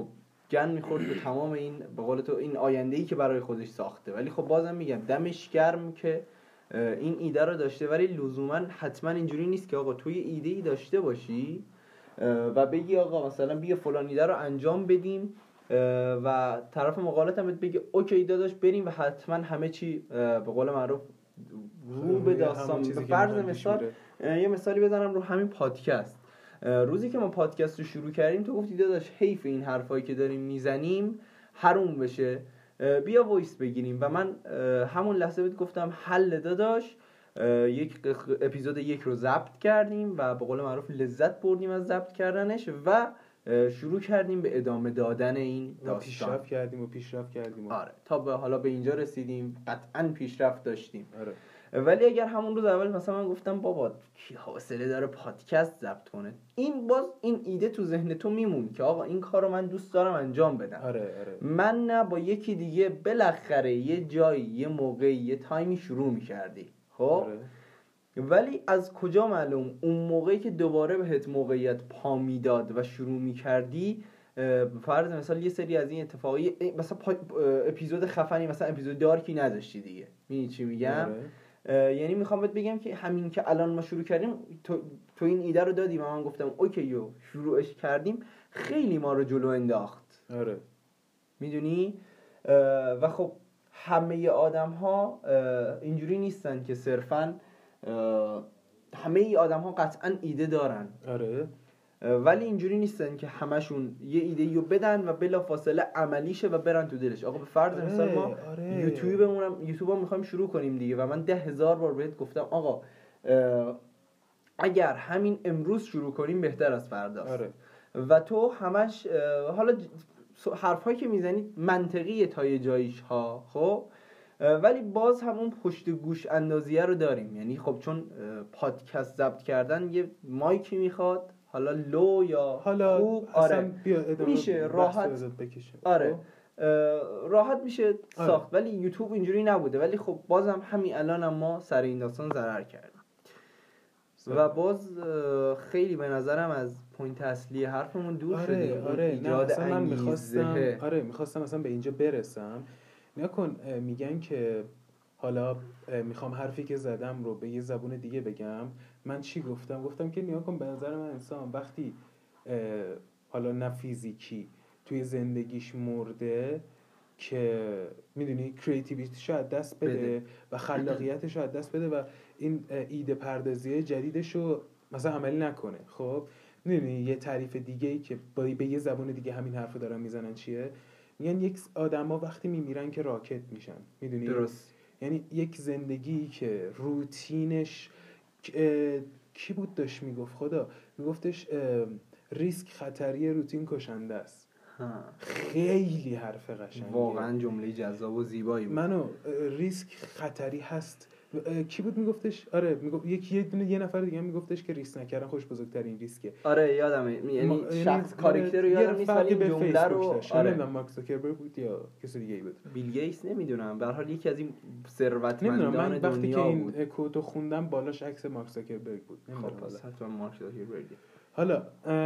گن میخورد به تمام این به قول تو این آینده‌ای که برای خودش ساخته. ولی خب بازم میگم دمش گرم که این ایده رو داشته، ولی لزوما حتما اینجوری نیست که آقا توی ایده‌ای داشته باشی و بگی آقا مثلا بیا فلان ایده رو انجام بدیم و طرف مقابلت هم بگه اوکی داداش بریم و حتما همه چی به قول معروف رو به داستان. به فرض مثال یه مثالی بزنم رو همین پادکست. روزی که ما پادکست رو شروع کردیم تو گفتی داداش حیف این حرفایی که داریم میزنیم حروم بشه، بیا وایس بگیریم. و من همون لحظه بهت گفتم حل داداش، یک اپیزود یک رو ضبط کردیم و به قول معروف لذت بردیم از ضبط کردنش و شروع کردیم به ادامه دادن این داستان. پیشرفت کردیم و پیشرفت کردیم. آره تا به حالا به اینجا رسیدیم، قطعاً پیشرفت داشتیم. آره. ولی اگر همون روز اول مثلا من گفتم بابا کی حوصله داره پادکست ضبط کنه، این باز این ایده تو ذهن تو میمون که آقا این کارو من دوست دارم انجام بدم. آره آره. من نه با یکی دیگه بالاخره یه جایی یه موقعی یه تایمی شروع می‌کردی خب آره. ولی از کجا معلوم اون موقعی که دوباره بهت موقعیت پا میداد و شروع می‌کردی فرض مثلا یه سری از این اتفاقی مثلا اپیزود خفنی مثلا اپیزود دارکی نداشتی دیگه، می‌دونی چی میگم؟ آره. یعنی میخوام بهت بگم که همین که الان ما شروع کردیم تو, تو این ایده رو دادی و من گفتم اوکی یو شروعش کردیم، خیلی ما رو جلو انداخت. آره میدونی و خب همه آدم ها اینجوری نیستن که صرفا همه ای آدم ها قطعا ایده دارن. آره ولی اینجوری نیستن که همشون یه ایده رو بدن و بلا فاصله عملیشه و برن تو دلش. آقا به فرض آره، مثال ما آره. یوتیوبمونم یوتیوب هم میخوایم شروع کنیم دیگه و من ده هزار بار بهت گفتم آقا اگر همین امروز شروع کنیم بهتر از فرداست. آره. و تو همش حالا حرفایی که میزنی منطقیه تا یه جاییش ها خب، ولی باز همون پشت گوش اندازیه رو داریم. یعنی خب چون پادکست ضبط کردن یه مایکی میخواد، حالا لو یا حالا خوب آره میشه راحت آره راحت میشه ساخت. آره. ولی یوتیوب اینجوری نبوده. ولی خب بازم همین الان هم ما سر این داستان ضرر کردیم و باز خیلی به نظرم از پوینت اصلی حرفمون دور آره، شدیم. آره ایجاد نه من میخواستم آره میخواستم مثلا به اینجا برسم. نکن میگن که حالا میخوام حرفی که زدم رو به یه زبون دیگه بگم. من چی گفتم؟ گفتم که نیا کن به نظر من انسان وقتی حالا نه فیزیکی توی زندگیش مرده که میدونی کریتیویتیشو از دست بده, بده. و خلاقیتشو از دست بده و این ایده پردازی جدیدشو مثلا عملی نکنه. خب میدونی یه تعریف دیگه ای که با به یه زبون دیگه همین حرفو دارن میزنن چیه؟ میگن یک آدما وقتی میمیرن که راکت میشن. میدونی درست. یعنی یک زندگی که روتینش کی بود داشت میگفت خدا میگفتش ریسک خطری روتین کشنده است. خیلی حرف قشنگه، واقعا جمله جذاب و زیبایی بود. منو ریسک خطری هست کی بود میگفتش؟ آره میگفت یکی یه دونه یه نفر دیگه میگفتش که ریسک نکردن خوش بزرگترین ریسکه. آره یادمه یعنی ما... شخص کاراکتر رو یادم نیست ولی جمله رو آره نمیدونم مارک زاکربرگ بود یا کسی دیگه بود، بیل گیتس نمیدونم، به هر حال یکی از این ثروتمندان دنیا بود. من وقتی که این کدو خوندم بالاش عکس مارک زاکربرگ بود. خب حتما مارک زاکربرگ. حالا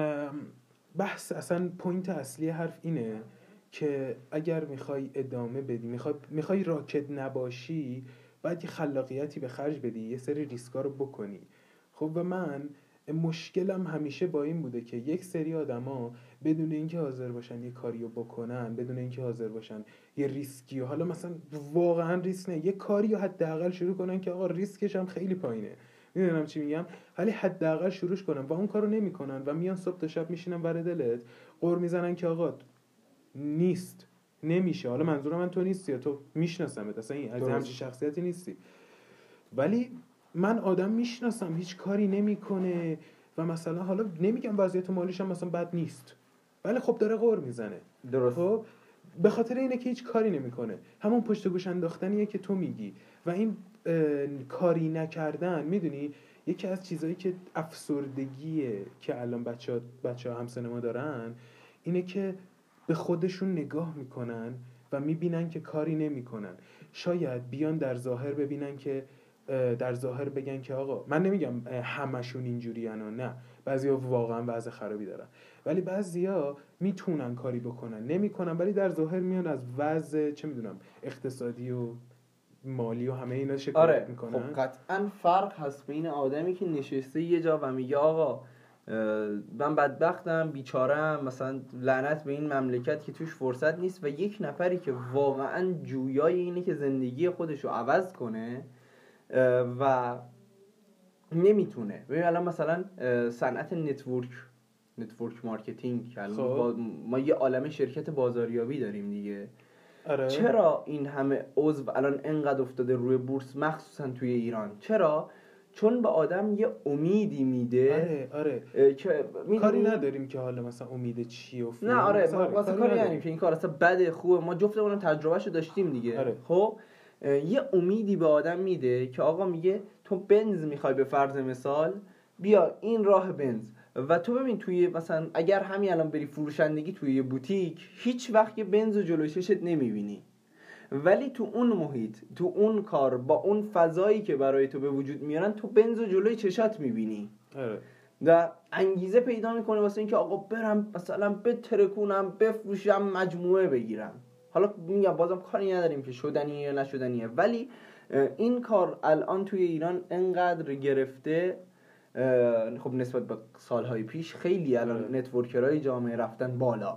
بحث اصلا پوینت اصلی حرف اینه که اگر میخوای ادامه بدی، میخوای میخوای راکت نباشی، باید یه خلاقیتی به خرج بدی، یه سری ریسکا رو بکنی. خب و من مشکلم همیشه با این بوده که یک سری آدما بدون اینکه حاضر باشن یه کاریو بکنن، بدون اینکه حاضر باشن یه ریسکی و حالا مثلا واقعا ریسک نه یه کاریو حداقل شروع کنن که آقا ریسکش هم خیلی پایینه، میدونم چی میگم، ولی حداقل شروعش کنن و اون کارو نمیکنن و میان صبح تا شب میشینن ور دلت قور میزنن که آقا نیست نمیشه. حالا منظورم من تو نیستی، تو میشناسمت، اصلا این از همچین شخصیتی نیستی، ولی من آدم میشناسم هیچ کاری نمیکنه و مثلا حالا نمیگم وضعیت مالیش هم مثلا بد نیست، ولی خب داره قور میزنه. درست. خب به خاطر اینه که هیچ کاری نمیکنه، همون پشت گوش انداختنیه که تو میگی و این کاری نکردن. میدونی یکی از چیزایی که افسردگیه که الان بچه‌ها بچه‌ها هم سینما دارن اینه که به خودشون نگاه میکنن و میبینن که کاری نمیکنن. شاید بیان در ظاهر ببینن که در ظاهر بگن که آقا من نمیگم همشون اینجوری انا، نه بعضیا واقعا وضع خرابی دارن، ولی بعضیا میتونن کاری بکنن نمیکنن، ولی در ظاهر میان از وضع چه میدونم اقتصادی و مالی و همه اینا شکایت آره میکنن. خب قطعا فرق هست بین آدمی که نشسته یه جا و میگه آقا من بدبختم بیچارم مثلا لعنت به این مملکت که توش فرصت نیست، و یک نفری که واقعا جویای اینه که زندگی خودشو عوض کنه و نمیتونه. ببین الان مثلا صنعت نتورک نتورک مارکتینگ که خب. ما یه عالمه شرکت بازاریابی داریم دیگه. آره. چرا این همه عضو الان انقدر افتاده روی بورس مخصوصا توی ایران؟ چرا؟ چون به آدم یه امیدی میده. آره آره که کاری نداریم که حالا مثلا امید چی و نه آره واسه کاری نداریم که این کار اصلا بده خوبه، ما جفتمون تجربهشو داشتیم دیگه. آره. خب یه امیدی به آدم میده که آقا میگه تو بنز میخوای به فرض مثال، بیا این راه بنز. و تو ببین توی مثلا اگر همین الان بری فروشندگی توی یه بوتیک هیچ وقت یه بنز و جلوی چشت نمیبینی، ولی تو اون محیط تو اون کار با اون فضایی که برای تو به وجود میارن تو بنز و جلوی چشات میبینی. آره. و انگیزه پیدا میکنه واسه اینکه آقا برم مثلا بترکونم بفروشم مجموعه بگیرم. حالا میگم بازم کاری نداریم که شدنیه یا نشدنیه، ولی این کار الان توی ایران انقدر گرفته. خب نسبت به سالهای پیش خیلی الان نتورکرهای جامعه رفتن بالا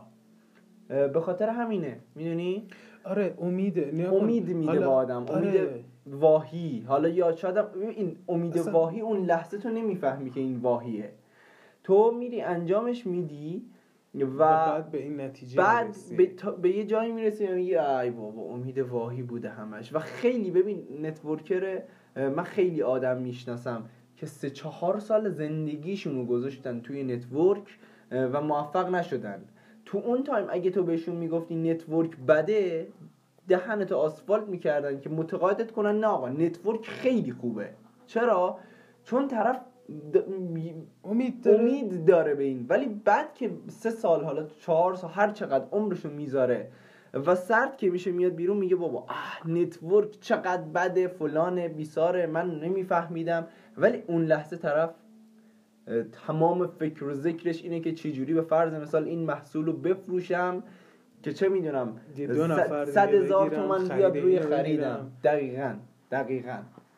به خاطر همینه، میدونی؟ آره امید امید میده به آدم. آره. امید واهی. حالا یا شاید این امید اصلا... واهی اون لحظه تو نمیفهمی که این واهیه، تو میری انجامش میدی و, و بعد به این نتیجه بعد میرسی. به, تا... به یه جایی میرسی و میگی ای بابا امید واهی بوده همش. و خیلی ببین نتورکر من خیلی آدم میشناسم که سه چهار سال زندگیشونو گذاشتن توی نتورک و موفق نشدن. تو اون تایم اگه تو بهشون میگفتی نتورک بده دهنتو آسفالت میکردن که متقاعدت کنن نه آقا نتورک خیلی خوبه. چرا؟ چون طرف د... امید داره. امید داره به این، ولی بعد که سه سال حالا چهار سال هر چقدر عمرشو میذاره و سرد که میشه میاد بیرون میگه بابا اه نتورک چقدر بده فلان بیساره من نمیفهمیدم، ولی اون لحظه طرف تمام فکر و ذکرش اینه که چی جوری به فرض مثال این محصولو بفروشم که چه میدونم صد هزار تومن بیاد روی خریدم. دقیقاً دقیقاً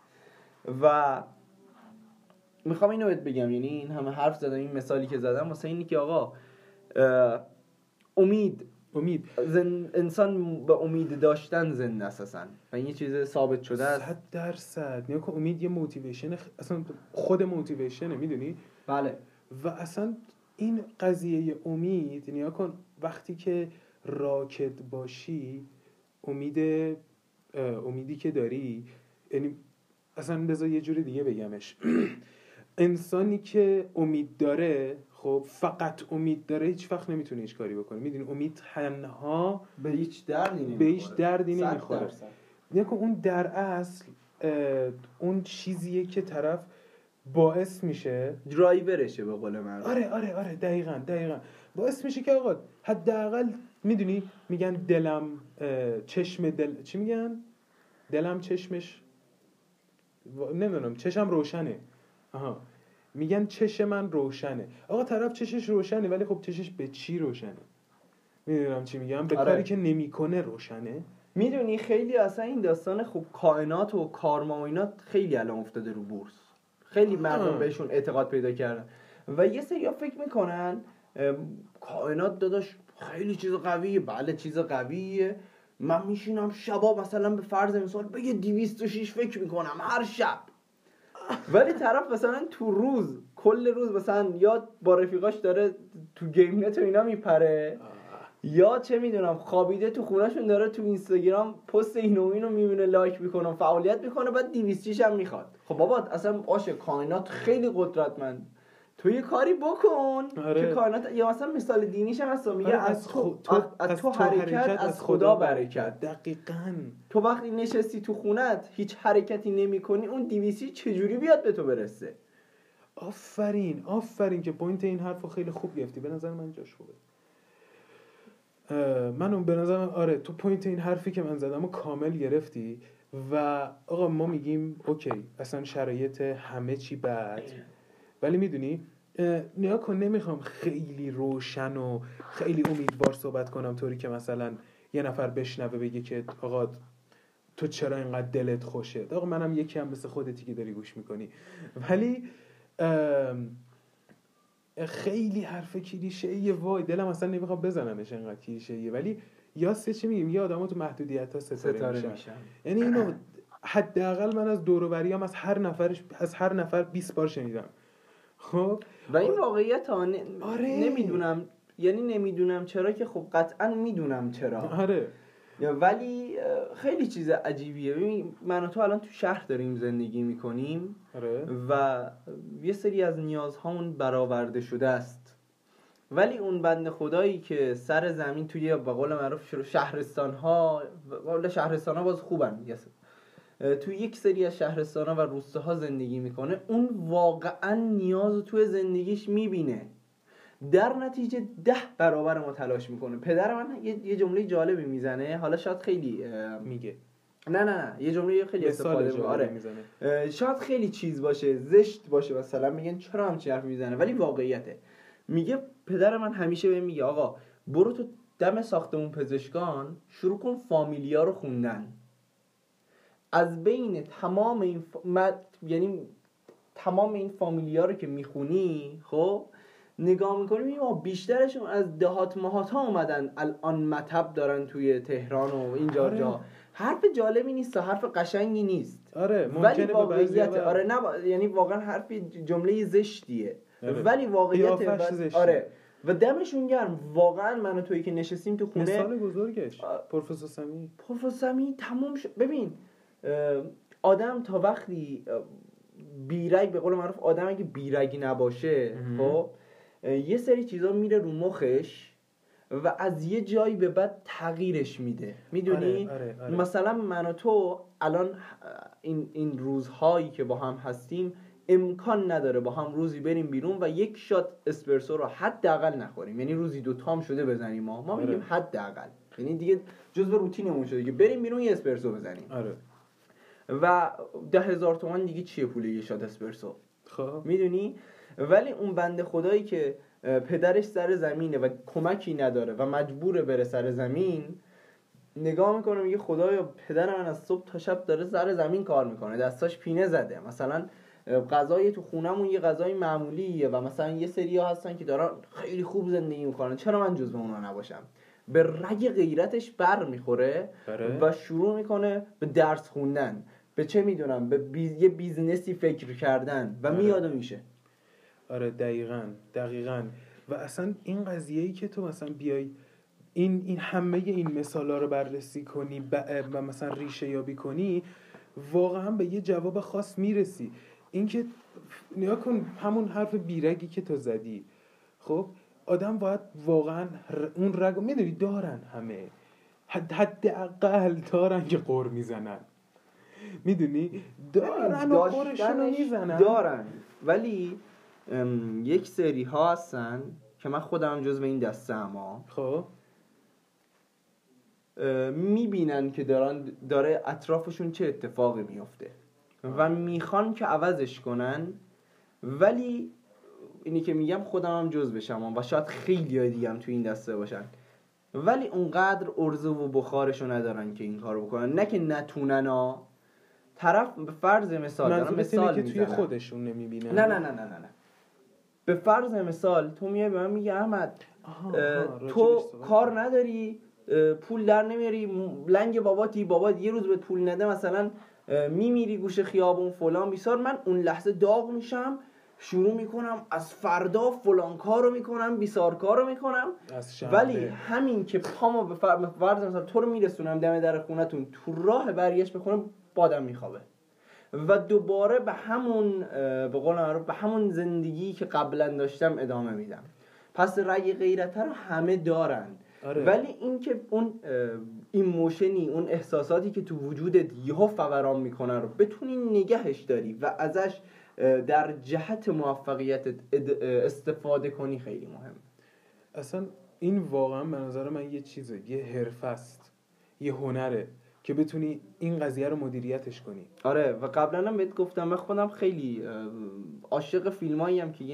و میخوام اینو بهت بگم، یعنی این همه حرف زدم این مثالی که زدم واسه اینی که آقا امید امید زن... انسان به امید داشتن زنده است اصلا و این یه چیز ثابت شده است. صد درصد. نیا که امید یه موتیویشن خ... اصلا خود موتیویشنه میدونی؟ بله. و اصلا این قضیه امید نیا کن وقتی که راکد باشی امید امیدی که داری، یعنی اصلا بذار یه جوری دیگه بگمش انسانی که امید داره خب فقط امید داره هیچ وقت نمیتونه هیچ کاری بکنه. میدونی امید تنها به هیچ دردی نمیخوره. به هیچ دردی نمیخوره. یعنی اون در اصل اون چیزیه که طرف باعث میشه درایورشه به قول من. آره آره آره دقیقاً دقیقاً باعث میشه که آقا حداقل میدونی میگن دلم چشم دل چی میگن دلم چشمش و... نمیدونم چشم روشنه. آها میگن چش من روشنه. آقا طرف چشش روشنه ولی خب چشش به چی روشنه؟ میدونم چی میگم؟ به آره. کاری که نمیکنه روشنه. میدونی خیلی اصلا این داستان خب کائنات و کارما و اینا خیلی الان افتاده رو بورس، خیلی مردم بهشون اعتقاد پیدا کردن و یه سری فکر میکنن کائنات داداش خیلی چیز قویه. بله چیز قویه. من میشینم شبا مثلا به فرض مثال بگه دویست و شش فکر میکنم هر شب، ولی طرف مثلا تو روز کل روز مثلا یا با رفیقاش داره تو گیم نت و اینا میپره یا چه میدونم خوابیده تو خونهشون داره تو اینستاگرام پست اینو اینو میبینه لایک میکنه فعالیت میکنه بعد دویست هم میخواد. خب بابا اصلا آشه کائنات خیلی قدرتمند، تو یه کاری بکن. آره. که کائنات یا مثلا مثال دینیش هم هست میگه آره از تو از, از, از تو حرکت, حرکت از خدا برکت. دقیقاً تو وقتی نشستی تو خونت هیچ حرکتی نمیکنی اون دویست چجوری بیاد به تو برسه؟ آفرین آفرین که پوینت این حرفو خیلی خوب گرفتی. به نظر من جاش خوبه. من اون به نظر من آره تو پوینت این حرفی که من زدم و کامل گرفتی. و آقا ما میگیم اوکی اصلا شرایط همه چی بد، ولی میدونی نیا کن نمیخوام خیلی روشن و خیلی امیدوار صحبت کنم طوری که مثلا یه نفر بشنوه بگه که آقا تو چرا اینقدر دلت خوشه. آقا منم یکی هم مثل خودتی که داری گوش میکنی، ولی خیلی حرف کلیشه‌ایه. وای دلم اصلا نمیخوام بزنمش، اینقدر کلیشه‌ایه. ولی یاسه چی میگیم، یه آدمو تو محدودیت‌ها ستاره, ستاره میشن. میشن یعنی اینو حداقل من از دور و بریام از هر نفرش از هر نفر بیست بار شنیدم. خب و این واقعیت ها ن... آره. نمیدونم، یعنی نمیدونم چرا که خب قطعا میدونم چرا. آره. ولی خیلی چیز عجیبیه. ببین من و تو الان تو شهر داریم زندگی میکنیم. آره. و یه سری از نیازهامون برآورده شده است، ولی اون بنده خدایی که سر زمین توی به قول معروف شهرستان ها، ولی شهرستان ها باز خوبن، توی یک سری از شهرستان ها و روستاها زندگی میکنه، اون واقعا نیاز توی زندگیش میبینه، در نتیجه ده برابر ما تلاش میکنه. پدر من یه جمله جالبی میزنه، حالا شاید خیلی میگه نه نه نه یه جمله خیلی استفاده میکنه. آره میزنه. شاید خیلی چیز باشه، زشت باشه، مثلا میگن چرا همچین حرفی میزنه، ولی واقعیته. میگه پدر من همیشه بهم میگه آقا برو تو دم ساختمون پزشکان شروع کن فامیلیا رو خوندن. از بین تمام این ف... مد... یعنی تمام این فامیلیا رو که میخونی، خب نگاه میکنی میگی ما بیشترشون از دهات مهات ها اومدن الان مطب دارن توی تهران و اینجا. آره. جا حرف جالبی نیست و حرف قشنگی نیست. آره ولی واقعیت آره نه با... یعنی واقعا حرف جمله زشتیه. آره. ولی واقعیت و... آره و دمشون گرم واقعا. من و تویی که نشستیم تو خونه، مثال بزرگش آ... پروفسور سمی پروفسور سمی تموم شد. ببین آدم تا وقتی بیرگ، به قول معروف آدم اگه بیرگی نباشه، خب یه سری چیزا میره رو مخش و از یه جایی به بعد تغییرش میده. میدونی؟ آره، آره، آره. مثلا من و تو الان این این روزهایی که با هم هستیم امکان نداره با هم روزی بریم بیرون و یک شات اسپرسو رو حداقل نخوریم. یعنی روزی دو تام شده بزنیم. ما ما میگیم آره. حداقل، یعنی دیگه جزو روتینمون شده که بریم بیرون یه اسپرسو بزنیم. آره. و ده هزار تومان دیگه چیه پول یه شات اسپرسو؟ خب میدونی؟ ولی اون بنده خدایی که پدرش سر زمینه و کمکی نداره و مجبوره بره سر زمین، نگاه میکنه میگه خدایا پدر من از صبح تا شب داره سر زمین کار میکنه، دستاش پینه زده، مثلا غذای تو خونمون یه غذای معمولیه و مثلا یه سری‌ها هستن که دارن خیلی خوب زندگی میکنن، چرا من جزو اونا نباشم؟ به رگ غیرتش بر میخوره و شروع میکنه به درس خوندن، به چه میدونم به بیز... یه بیزنسی فکر کردن و میاد و میشه. آره دقیقاً دقیقاً. و اصلا این قضیه‌ای که تو مثلا بیای این این همه این مثالا رو بررسی کنی و مثلا ریشه یابی کنی، واقعا به یه جواب خاص میرسی. این که نیا کن همون حرف بیرگی که تو زدی، خب آدم باید واقعا اون رگو میدونی دارن، همه حد حداقل دارن که قور میزنن، میدونی دارن و قورشون رو میزنن دارن. ولی یک سری ها هستن که من خودم جزو این دسته ام، خب میبینن که دارن داره اطرافشون چه اتفاقی میفته و میخوان که عوضش کنن، ولی اینی که میگم خودم هم جز بشم و شاید خیلی های دیگه هم تو این دسته باشن، ولی اونقدر ارزو و بخارشو ندارن که این کارو بکنن. نه که نتونن ها، طرف به فرض مثال دارم مثال که میزنن توی خودشون نمیبینن. نه نه نه نه نه نه به فرض مثال تو میای به من میگه احمد آها آها تو کار نداری، پول در نمیاری، لنگ باباتی، بابات یه روز به پول نده مثلا میمیری گوشه خیابون فلان بیسار. من اون لحظه داغ میشم، شروع میکنم از فردا فلان کارو میکنم، بیسار کارو میکنم، ولی همین که پامو به فرض مثلا تو رو میرسونم دم در خونتون، تو راه برگشت بکنم بادم میخوابه و دوباره به همون به قول معروف به همون زندگی که قبلا داشتم ادامه میدم. پس رگ غیرت رو همه دارن. آره. ولی این که اون ایموشنی، اون احساساتی که تو وجودت یهو فوران میکنه رو بتونی نگهش داری و ازش در جهت موفقیت استفاده کنی خیلی مهمه. اصلا این واقعا به نظر من یه چیزه، یه حرفه است، یه هنره که بتونی این قضیه رو مدیریتش کنی. آره و قبلا هم بهت گفتم من خودم خیلی عاشق فیلمایی ام که یه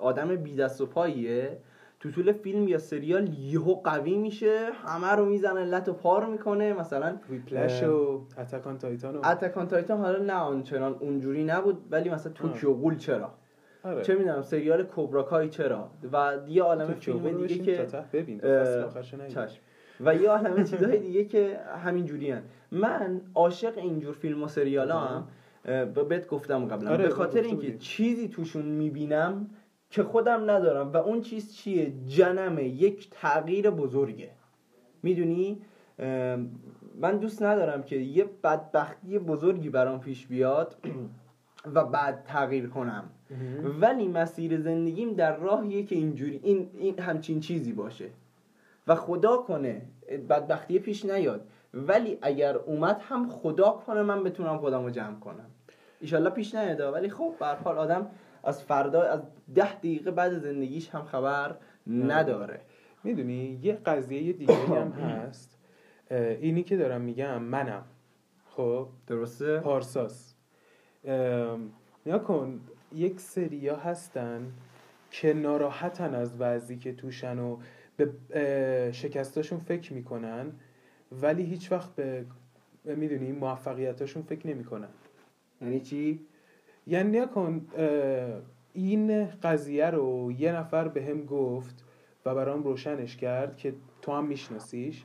آدم بی دست و پاییه، تو طول فیلم یا سریال یهو قوی میشه، همه رو میزنه لط و پار میکنه. مثلا ویپلش و اتکان تایتان و اتکان تایتان حالا نه آنچنان اونجوری نبود، ولی مثلا توکیو گول چرا، آره. چه میدونم سریال کوبراکای چرا، و یه عالمه فیلم دیگه که تا ته ببین فصل آخرش چشم و یه عالمه چیزهای دیگه که همین جوریان. من عاشق اینجور فیلم و سریالا هم بهت گفتم قبلا، آره، به خاطر اینکه بودیم. چیزی توشون میبینم که خودم ندارم و اون چیز چیه؟ جنمه، یک تغییر بزرگه. میدونی من دوست ندارم که یه بدبختی بزرگی برام پیش بیاد و بعد تغییر کنم، ولی مسیر زندگیم در راهیه که اینجوری این این همچین چیزی باشه و خدا کنه بدبختی پیش نیاد، ولی اگر اومد هم خدا کنه من بتونم خودم رو جمع کنم. ایشالله پیش نیاد، ولی خب به هر حال آدم از فردا از ده دقیقه بعد زندگیش هم خبر نداره. میدونی یه قضیه دیگه هم هست، اینی که دارم میگم منم، خب درسته؟ پارساس. نیا کن یک سریا هستن که ناراحتن از وضعی که توشن و به شکستاشون فکر میکنن، ولی هیچ وقت به میدونی موفقیتاشون فکر نمیکنن. یعنی چی؟ یعنی نیا کن این قضیه رو یه نفر به هم گفت و برام روشنش کرد که تو هم میشناسیش.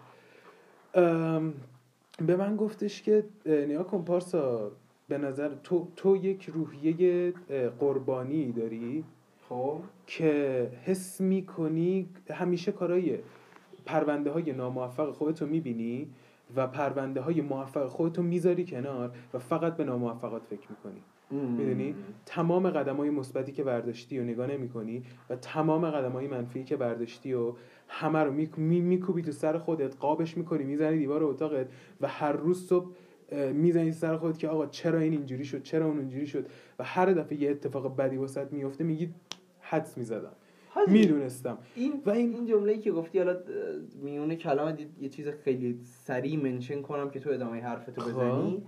به من گفتش که نیا کن پارسا، به نظر تو تو یک روحیه قربانی داری، خب که حس میکنی همیشه کارای پرونده های ناموفق خودتو میبینی و پرونده های موفق خودتو میذاری کنار و فقط به ناموفقات فکر میکنی. میدونی تمام قدم های مثبتی که برداشتی و نگاه نمی کنی و تمام قدم های منفی که برداشتی و همه رو میکوبی می می تو سر خودت، قابش میکنی، میزنی دیوار اتاقت و هر روز صبح میزنی سر خودت که آقا چرا این اینجوری شد، چرا اون اونجوری شد، و هر دفعه یه اتفاق بدی واسط میفته میگی حدس میزدم، میدونستم. این و این این جمله‌ای که گفتی، حالا میونه کلام یه چیز خیلی سریع منشن کنم که تو ادامه حرفتو بزنی.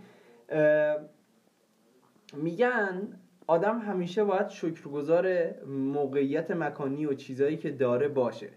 میگن آدم همیشه باید شکرگزار موقعیت مکانی و چیزایی که داره باشه،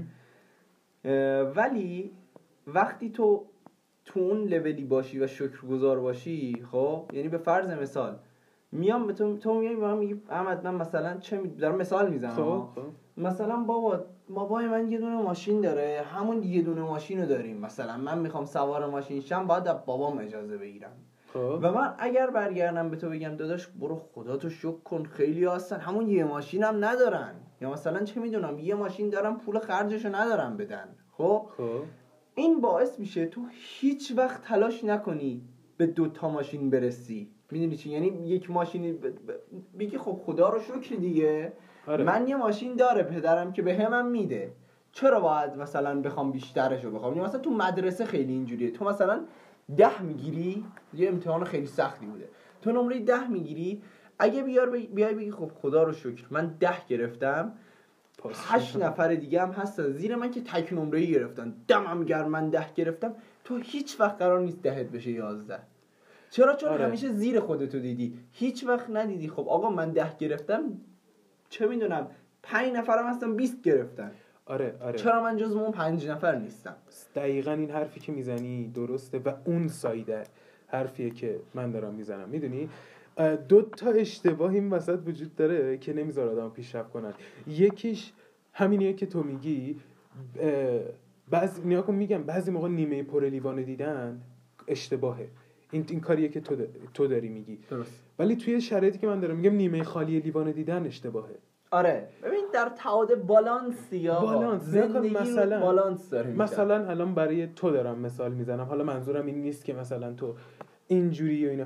ولی وقتی تو تو اون لولی باشی و شکرگزار باشی، خب یعنی به فرض مثال میام به تو تو میای به من میگی احمد من مثلا چه می... دارم مثال میزنم، خب مثلا بابا بابای من یه دونه ماشین داره، همون یه دونه ماشین رو داریم، مثلا من میخوام سوار ماشین شم، باید از بابام اجازه بگیرم. خب و من اگر برگردم به تو بگم داداش برو خدا تو شکر کن، خیلی هستن همون یه ماشین هم ندارن، یا مثلا چه میدونم یه ماشین دارن پول خرجشو ندارن بدن، خب خب این باعث میشه تو هیچ وقت تلاش نکنی به دو تا ماشین برسی. میدونی چی؟ یعنی یک ماشینی ب... ب... بگی خب خدا رو شکر دیگه، آره. من یه ماشین داره پدرم که به همم میده، چرا باید مثلا بخوام بیشترشو بخوام؟ یا مثلا تو مدرسه خیلی اینجوریه، تو مثلا ده میگیری، یه امتحان خیلی سختی بوده، تو نمره ده میگیری، اگه بیار بی... بیای بگی خب خدا رو شکر من ده گرفتم، هشت نفر دیگه هم هستن زیر من که تک نمره‌ای گرفتن، دمم گرم من ده گرفتم، تو هیچ وقت قرار نیست دهت بشه یازده. چرا؟ چون آره. همیشه زیر خودتو دیدی، هیچ وقت ندیدی خب آقا من ده گرفتم، چه میدونم پنج نفرم هستن بیست گرفتن، آره آره چرا من جزو اون پنج نفر نیستم؟ دقیقاً این حرفی که میزنی درسته و اون سایده حرفیه که من دارم میزنم. میدونی دو تا اشتباه این وسط وجود داره که نمیذاره آدم پیشرفت کنن. یکیش همینیه که تو میگی، بعضی نیا کن میگم بعضی موقع نیمه پر لیوان دیدن اشتباهه، این این کاریه که تو تو داری میگی درست، ولی توی شرایطی که من دارم میگم نیمه خالی لیوان دیدن اشتباهه. آره ببین در تعادل بالانس یا بالانس زندگی مثلا بالانس داره میشه. مثلا الان برای تو دارم مثال میزنم، حالا منظورم این نیست که مثلا تو اینجوری و اینا،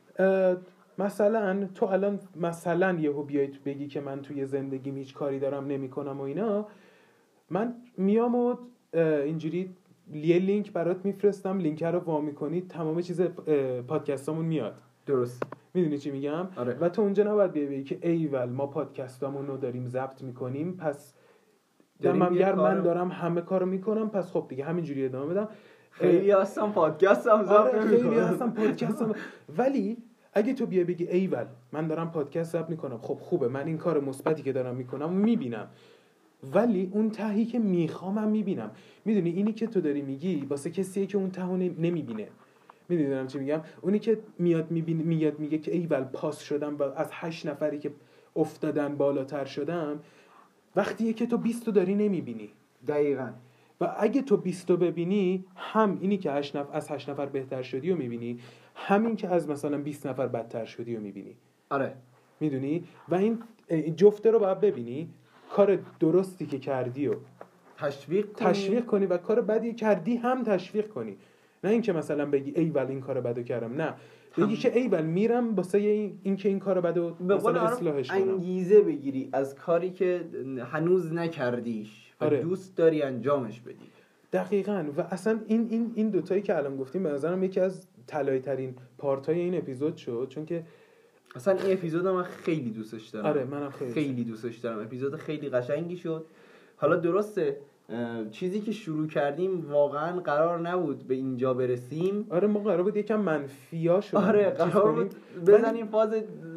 مثلا تو الان مثلا یهو بیای بگی که من توی زندگیم هیچ کاری دارم نمیکنم و اینا، من میام و اینجوری یه لینک برات میفرستم، لینک رو وا میکنی تمام چیز پادکستامون میاد. درست، میدونی چی میگم؟ آره. و تو اونجا نباید بیای بگی که ایول ما پادکستامون رو داریم ضبط میکنیم پس دمم گرم من دارم همه کارو میکنم پس خب دیگه همینجوری ادامه بدم. خیلی هستم پادکست هم ضبط آره نمیکنم، خیلی هستم پادکست هم، ولی اگه تو بیای بگی ایول من دارم پادکست ضبط میکنم، خب خوبه، من این کار مثبتی که دارم میکنم میبینم، ولی اون تهی که میخوامم میبینم. میدونی اینی که تو داری میگی واسه کسیه که اون تهو نمیبینه. میدونی دارم چی میگم؟ اونی که میاد میبینه، میاد میگه که ایول پاس شدم و از هشت نفری که افتادن بالاتر شدم، وقتیه که تو بیست تا داری نمیبینی. دقیقاً. و اگه تو بیست تا ببینی، هم اینی که هشت نفر از هشت نفر بهتر شدی رو میبینی، همین که از مثلا بیست نفر بدتر شدی رو میبینی. آره. میدونی؟ و این جفته رو باید ببینی، کار درستی که کردی و تشویق کنی. تشویق کنی و کار بدی کردی هم تشویق کنی. نه اینکه مثلا بگی ایول این کار بدو کردم، نه بگی که ایول میرم واسه این این که این کار بدو مثلا اصلاحش کنم. انگیزه بگیری از کاری که هنوز نکردیش و آره. دوست داری انجامش بدی. دقیقاً. و اصلا این این این دوتایی که الان گفتیم به نظرم یکی از طلایی ترین پارتای این اپیزود شد، چون که اصلا این اپیزود من خیلی دوستش دارم. آره منم خیلی خیلی دوستش دارم. اپیزود خیلی قشنگی شد. حالا درسته چیزی که شروع کردیم واقعا قرار نبود به اینجا برسیم. آره ما قرار بود یکم منفیاشو آره قرار بود بزنیم فاز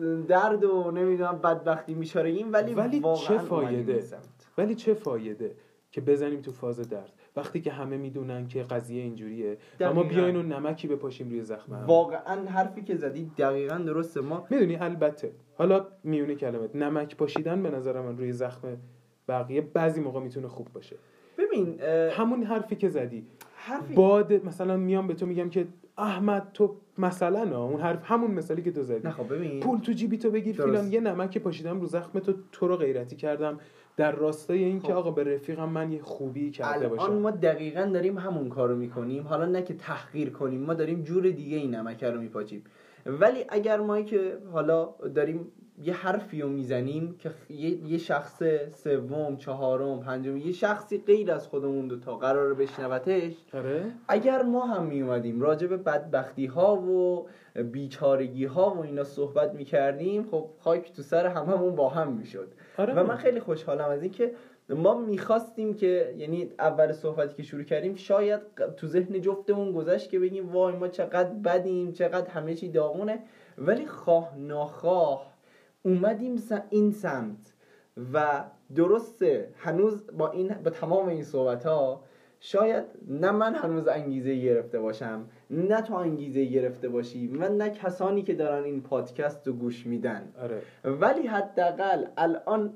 درد و نمیدونم بدبختی میشاریم، ولی ولی واقعا چه فایده؟ ولی چه فایده که بزنیم تو فاز درد وقتی که همه میدونن که قضیه اینجوریه و ما بیاین و نمکی بپاشیم روی زخم هم. واقعا حرفی که زدی دقیقاً درسته. ما میدونی البته حالا میونه کلمات نمک پاشیدن به نظر من روی زخم بقیه بعضی موقع میتونه خوب باشه. ببین همون حرفی که زدی حرفی باد مثلا میام به تو میگم که احمد تو مثلا اون حرف همون مثالی که تو زدی، نه خب ببین پول تو جیبی تو بگیر فلان، یه نمک پاشیدم رو زخم تو تو رو غیرتی کردم در راستای این که آقا به رفیقم من یه خوبی کرده باشم. الان ما دقیقاً داریم همون کارو میکنیم، حالا نه که تحقیر کنیم، ما داریم جور دیگه این نمک رو میپاچیم. ولی اگر ما که حالا داریم یه حرفی رو میزنیم که یه شخص سوم، چهارم، پنجم، یه شخصی غیر از خودمون دوتا قراره بشنوتش، آره. اگر ما هم میومدیم راجع به بدبختی ها و بیچارگی ها و اینا صحبت میکردیم، خب خاک تو سر هممون با هم میشد. آره. و من خیلی خوشحالم از این که ما میخواستیم که یعنی اول صحبتی که شروع کردیم شاید تو ذهن جفتمون گذشت که بگیم وای ما چقدر بدیم، چقدر همه چی داغونه، ولی خواه ناخواه اومدیم این سمت و درسته هنوز با این با تمام این صحبت ها شاید نه من هنوز انگیزه گرفته باشم، نه تو انگیزه گرفته باشی و نه کسانی که دارن این پادکست رو گوش میدن. آره. ولی حداقل الان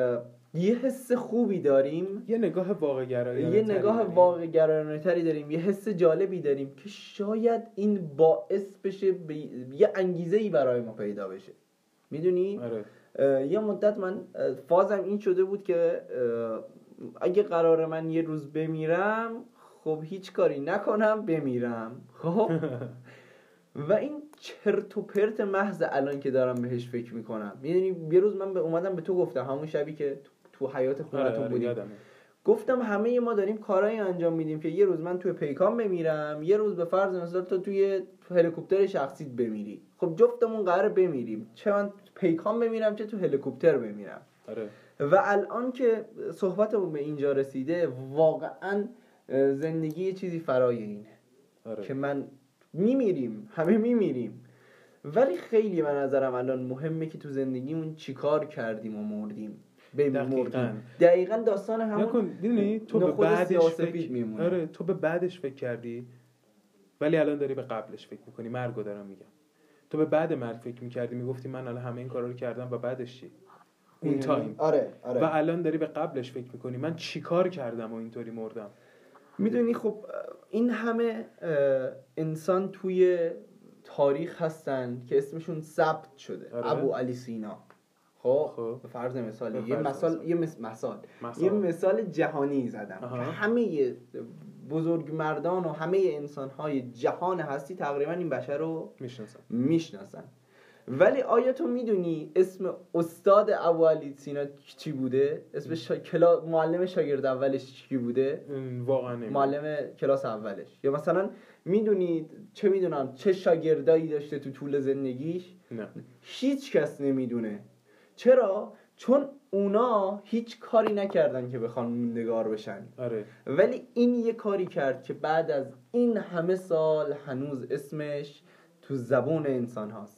یه حس خوبی داریم، یه نگاه واقع گرایانه یه نگاه واقع گرایانه تری داریم، یه حس جالبی داریم که شاید این باعث بشه ب... یه انگیزه‌ای برای ما پیدا بشه. میدونی؟ آره. یه مدت من فازم این شده بود که اگه قراره من یه روز بمیرم خب هیچ کاری نکنم بمیرم. خب و این چرت و پرت محض الان که دارم بهش فکر میکنم. میدونی یه روز من به اومدم به تو گفتم همون شبی که تو حیات خونتون بودیم، آره گفتم همه ما داریم کارایی انجام میدیم که یه روز من توی پیکان بمیرم، یه روز به فرض مثال تو توی هلیکوپتر شخصیت بمیری. خب جفتمون قراره بمیریم، چه من پیکان بمیرم چه تو هلیکوپتر بمیرم. آره. و الان که صحبتمون به اینجا رسیده واقعا زندگی یه چیزی فرای اینه. آره. که من میمیریم، همه میمیریم، ولی خیلی به نظرم الان مهمه که تو زندگیمون چیکار کردیم و مردیم. دقیقاً دقیقاً داستان همون نکن. دیدونی تو به بعدش فکر آره تو به بعدش فکر کردی ولی الان داری به قبلش فکر میکنی. مرگو دارم میگم. تو به بعد مرگ فکر میکردی میگفتی من الان همه این کارا رو کردم و بعدش چی؟ اون تایم. آره آره. و الان داری به قبلش فکر میکنی من چیکار کردم و اینطوری مردم. میدونی خب این همه انسان توی تاریخ هستن که اسمشون ثبت شده. آره. ابو علی سینا خب, خب. به فرض مثال یه مثال یه مثال یه مثال جهانی زدم که همه بزرگ مردان و همه انسان‌های جهان هستی تقریبا این بشر رو میشناسن میشناسن. ولی آیا تو میدونی اسم استاد ابو علی سینا چی بوده؟ اسم شا... کلا... معلم شاگرد اولش چی بوده؟ واقعا نمیدونم. معلم کلاس اولش. یا مثلا میدونی چه میدونم چه شاگردایی داشته تو طول زندگیش؟ نه. هیچ کس نمیدونه. چرا؟ چون اونا هیچ کاری نکردن که بخوان نگار بشن. آره. ولی این یه کاری کرد که بعد از این همه سال هنوز اسمش تو زبون انسان هاست.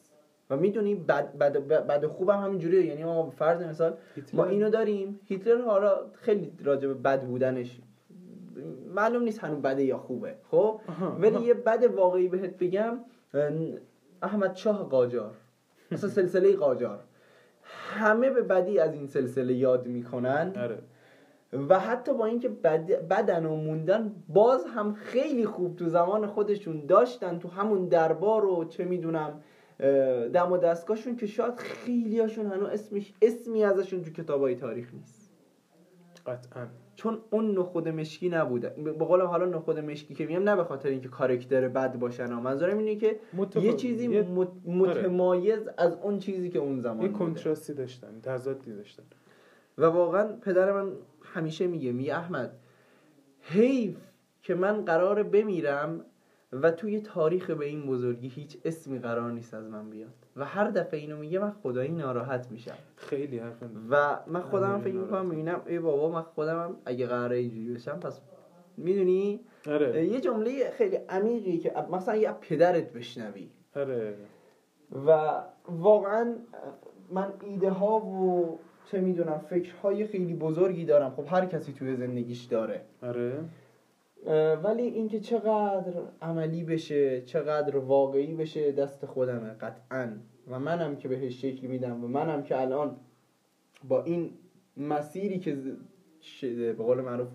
و میدونی بد بد بد خوبم همینجوریه. یعنی ما فرض مثال ما اینو داریم، هیتلر حالا خیلی راجع به بد بودنش معلوم نیست هنوز بده یا خوبه، خب ولی یه بد واقعی بهت بگم، احمد شاه قاجار، مثلا سلسله قاجار همه به بدی از این سلسله یاد میکنن. آره. و حتی با اینکه بد بدن و موندن باز هم خیلی خوب تو زمان خودشون داشتن، تو همون دربار و چه میدونم دم و دستگاهشون که شاید خیلی هاشون هنوز اسمش اسمی ازشون تو کتابای تاریخ نیست. قطعا چون اون نخود مشکی نبوده. به قول حالا نخود مشکی که میگم نه به خاطر اینکه کاراکتر بد باشن، منظورم اینه که متف... یه چیزی یه... متمایز از اون چیزی که اون زمان یه بوده. کنتراستی داشتن، تضادی داشتن. و واقعا پدر من همیشه میگه میگه احمد حیف که من قراره بمیرم و توی تاریخ به این بزرگی هیچ اسمی قرار نیست از من بیاد. و هر دفعه اینو میگه من خدایی ناراحت میشم. خیلی حرفم. و من خودم فکر میکنم میبینم ای بابا من خودم اگه قراره اینجوری بشم پس میدونی آره. یه جمله خیلی عمیقی که مثلا یه پدرت بشنوی. آره. و واقعا من ایده ها و چه میدونم فکرهای خیلی بزرگی دارم. خب هر کسی توی زندگیش داره. آره. ولی اینکه چقدر عملی بشه، چقدر واقعی بشه دست خودمه قطعاً. و منم که بهش شکل میدم و منم که الان با این مسیری که به قول معروف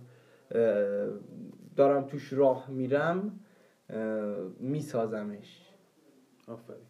دارم توش راه میرم میسازمش. آفرین.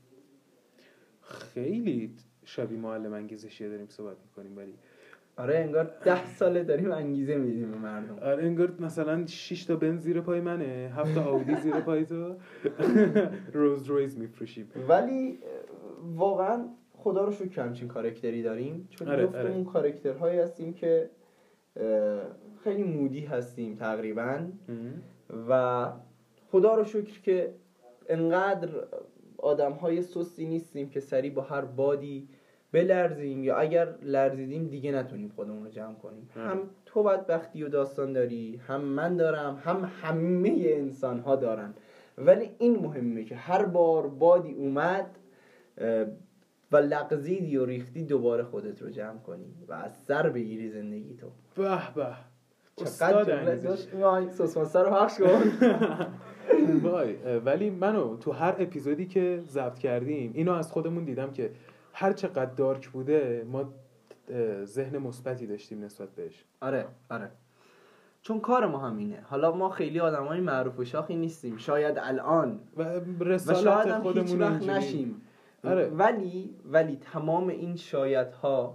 خیلی شبیه معلم انگیزشیه داریم صحبت میکنیم. ولی آره انگار ده ساله داریم انگیزه میدیم به مردم. آره انگار مثلا شش تا بنز زیر پای منه، هفت تا آودی زیر پای تو، روز رویز میفروشیم. ولی واقعا خدا رو شکر همچین کاراکتری داریم. چون آره، گفتم آره. اون کاراکترهایی هستیم که خیلی مودی هستیم تقریبا. و خدا رو شکر که انقدر آدم های سستی نیستیم که سری با هر بادی بلرزیم، یا اگر لرزیدیم دیگه نتونیم خودمون رو جمع کنیم. هم, هم تو بدبختی و داستان داری، هم من دارم، هم همه انسان ها دارن. ولی این مهمه که هر بار بادی اومد و لغزیدی و ریختی دوباره خودت رو جمع کنی و از سر بگیری زندگی تو. به به چقدر جمله سوسماسه رو پخش کن. وای. ولی منو تو هر اپیزودی که ضبط کردیم اینو از خودمون دیدم که هر چقدر دارک بوده ما ذهن مثبتی داشتیم نسبت بهش. آره آره چون کار ما همینه. حالا ما خیلی آدمای معروف و شاخی نیستیم شاید الان و رسالت و شاید هم هیچ وقت نشیم. آره. ولی ولی تمام این شاید ها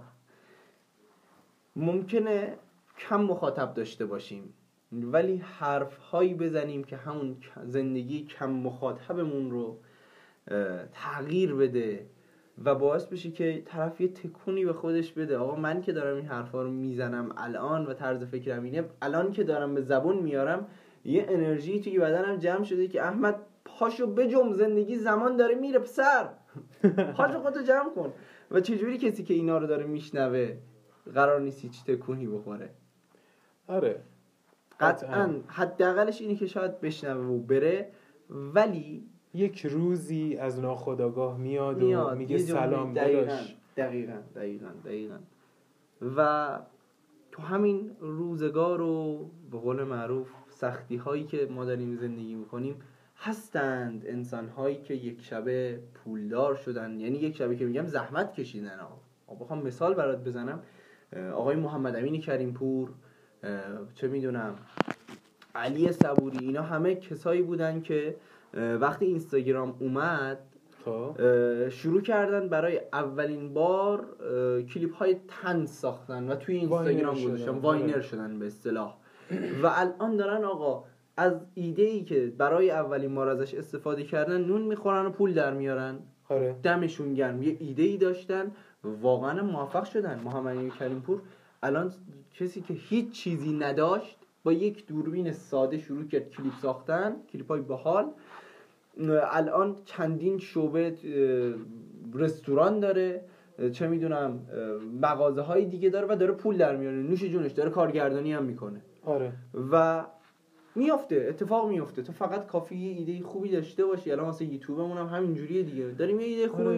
ممکنه کم مخاطب داشته باشیم، ولی حرف هایی بزنیم که همون زندگی کم مخاطبمون رو تغییر بده و باعث بشه که طرف یه تکونی به خودش بده. آقا من که دارم این حرفا رو میزنم الان و طرز فکرم اینه، الان که دارم به زبون میارم یه انرژی توی بدنم جمع شده که احمد پاشو بجم، زندگی زمان داره میره پسر، پاشو خودتو جمع کن. و چجوری کسی که اینا رو داره میشنوه قرار نیست هیچ تکونی بخوره؟ آره قطعاً حداقلش اینه که شاید بشنوه و بره، ولی یک روزی از ناخودآگاه میاد, میاد و میگه سلام داداش. دقیقاً دقیقاً دقیقاً و تو همین روزگار و به قول معروف سختی هایی که ما داریم زندگی میکنیم هستند انسان هایی که یک شبه پولدار شدن. یعنی یک شبه که میگم زحمت کشیدن. ها بخوام مثال برات بزنم، آقای محمد امین کریم پور، چه میدونم علی صبوری، اینا همه کسایی بودن که وقتی اینستاگرام اومد شروع کردن برای اولین بار کلیپ های طنز ساختن و توی اینستاگرام گذاشتن، واینر شدن به اصطلاح. و الان دارن آقا از ایده‌ای که برای اولین بار ازش استفاده کردن نون میخورن و پول در میارن. آره. دمشون گرم، یه ایده‌ای داشتن واقعا موفق شدن. محمد امین کریم پور الان کسی که هیچ چیزی نداشت با یک دوربین ساده شروع کرد کلیپ ساختن، کلیپ‌های باحال. الان چندین شعبه رستوران داره، چه میدونم مغازه های دیگه داره و داره پول در میاره، نوش جونش، داره کارگردانی هم میکنه. آره. و میافته، اتفاق میافته. تو فقط کافی یه ایده خوبی داشته باشی. الان واسه یوتیوبمون هم همین جوریه دیگه، داریم یه ایده خوبی. آره.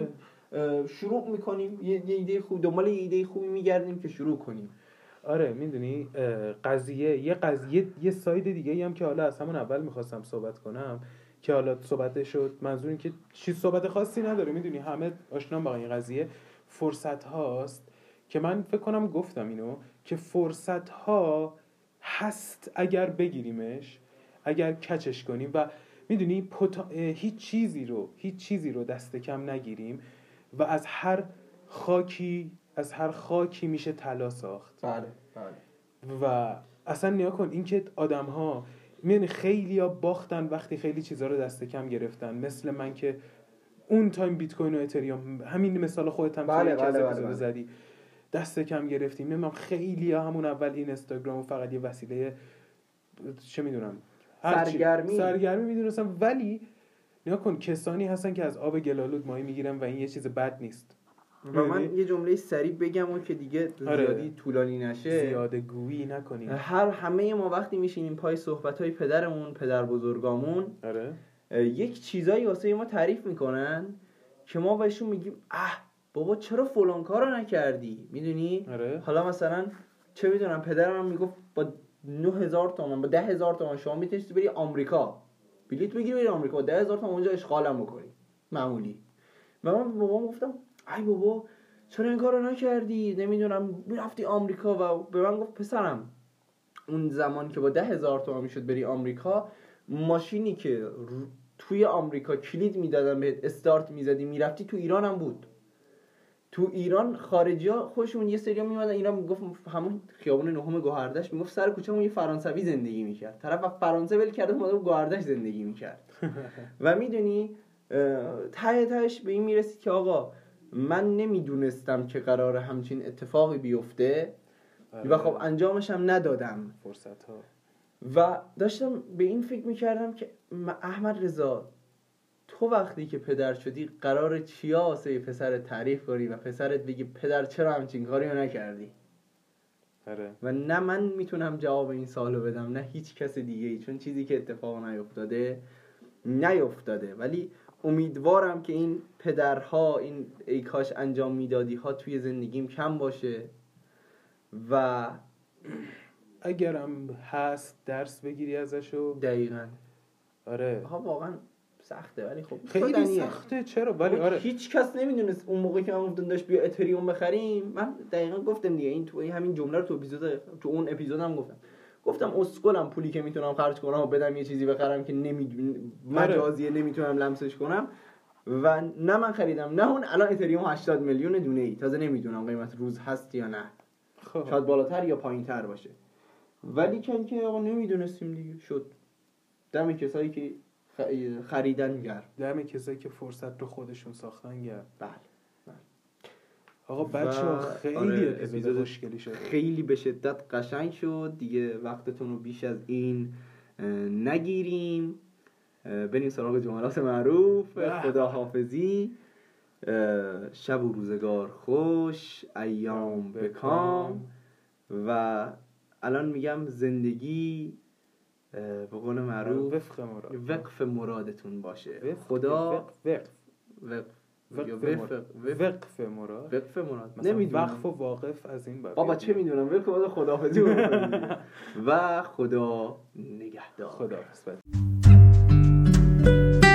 شروع میکنیم، یه ایده خوب دنبال یه ایده خوبی میگردیم که شروع کنیم. آره میدونی قضیه یه قضیه یه ساید دیگه هم که حالا از همون اول میخواستم صحبت کنم که حالا صحبت شد، منظور این که چیز صحبت خاصی نداره، میدونی همه آشنا با این قضیه، فرصت هاست که من فکر کنم گفتم اینو که فرصت ها هست اگر بگیریمش، اگر کچش کنیم و میدونی پوتا... هیچ چیزی رو هیچ چیزی رو دست کم نگیریم و از هر خاکی از هر خاکی میشه طلا ساخت. بله بله. و اصلا نیا کن این که آدم ها میدونی خیلی ها باختن وقتی خیلی چیزا رو دست کم گرفتن، مثل من که اون تایم بیت کوین و اتریوم، همین مثال خودت هم بله توی بله اپیزود بله زدی، دست کم گرفتیم. نمیدونم خیلی ها همون اول این اینستاگرام فقط یه وسیله چه میدونم سرگرمی سرگرمی میدونستم، ولی نیا کن کسانی هستن که از آب گلالود ماهی میگیرن و این یه چیز بد نیست. و من یه جمله سریع بگم و که دیگه زیادی آره. طولانی نشه، زیاده گویی نکنیم. هر همه ما وقتی میشینیم پای صحبت‌های پدرمون، پدر بزرگامون، آره. یک چیزایی واسه ما تعریف میکنن که ما بهشون میگیم اه بابا چرا فلان کارو نکردی، میدونی؟ آره. حالا مثلا چه میدونم پدرم میگفت با نه هزار تومان با ده هزار تومان شما میتونید بری آمریکا بلیط بگیری بری آمریکا، با ده هزار تومان اونجا اشغالم بکنی معمولی. و من به بابام گفتم ای بابا چرا این کارو نکردی، نمیدونم میرفتی آمریکا. و به من گفت پسرم اون زمان که با ده هزار تومان میشد بری آمریکا، ماشینی که توی آمریکا کلید میدادن بهت استارت میزدی میرفتی تو ایران هم بود. تو ایران خارجی ها خوشمون یه سری ها میمدن اینا، میگفت همون خیابون نهم گوهردش، میگفت سر کوچه‌مون یه فرانسوی زندگی میکرد، طرف از فرانسه ول کرده اومده گوهردش زندگی میکرد. و میدونی ته تهش به این میرسید که آقا من نمیدونستم که قراره همچین اتفاقی بیفته و خب انجامش هم ندادم. فرصت ها. و داشتم به این فکر میکردم که احمد رضا تو وقتی که پدر شدی قراره چیا واسه پسرت تعریف کنی و پسرت بگی پدر چرا همچین کاری رو نکردی؟ آره. و نه من میتونم جواب این سوالو بدم نه هیچ کس دیگه ای، چون چیزی که اتفاق نیفتاده نیفتاده. ولی امیدوارم که این پدرها، این ای کاش انجام میدادی ها توی زندگیم کم باشه و اگرم هست درس بگیری ازشو. دقیقاً. آره ها واقعا سخته ولی خب خیلی دنیه. سخته. چرا؟ ولی آره هیچ کس نمیدونست اون موقع که من گفتم داشت بیا اتریوم بخریم. من دقیقاً گفتم دیگه این تو همین جمله رو تو اپیزود تو اون اپیزودم گفتم گفتم اسکلم پولی که میتونم خرج کنم و بدم یه چیزی بخرم که نمیدونم مجازیه نمیتونم لمسش کنم. و نه من خریدم نه اون. الان اتریوم هشتاد میلیون دونه ای، تازه نمیدونم قیمت روز هست یا نه، خب. شاید بالاتر یا پایینتر باشه. ولی چون که آقا نمیدونستیم دیگه شد دم کسایی که خریدن گرم، دم کسایی که فرصت رو خودشون ساختن گرم. بله. آقا بچه‌ها خیلی آره اپیزود خوشگلی شد، خیلی به شدت قشنگ شد دیگه. وقتتون رو بیش از این نگیریم، بریم سراغ جملات معروف. خداحافظی، شب و روزگار خوش، ایام بکام. و الان میگم زندگی به قول معروف وفق مراد وقف مرادتون باشه. وفق خدا وقف وقف وقف وقف مراد وقف مراد نمیدونم. وقف و واقف از این بابه بابا چه میدونم. وقف مراد خداحافظی و خدا نگهدار. خداحافظ.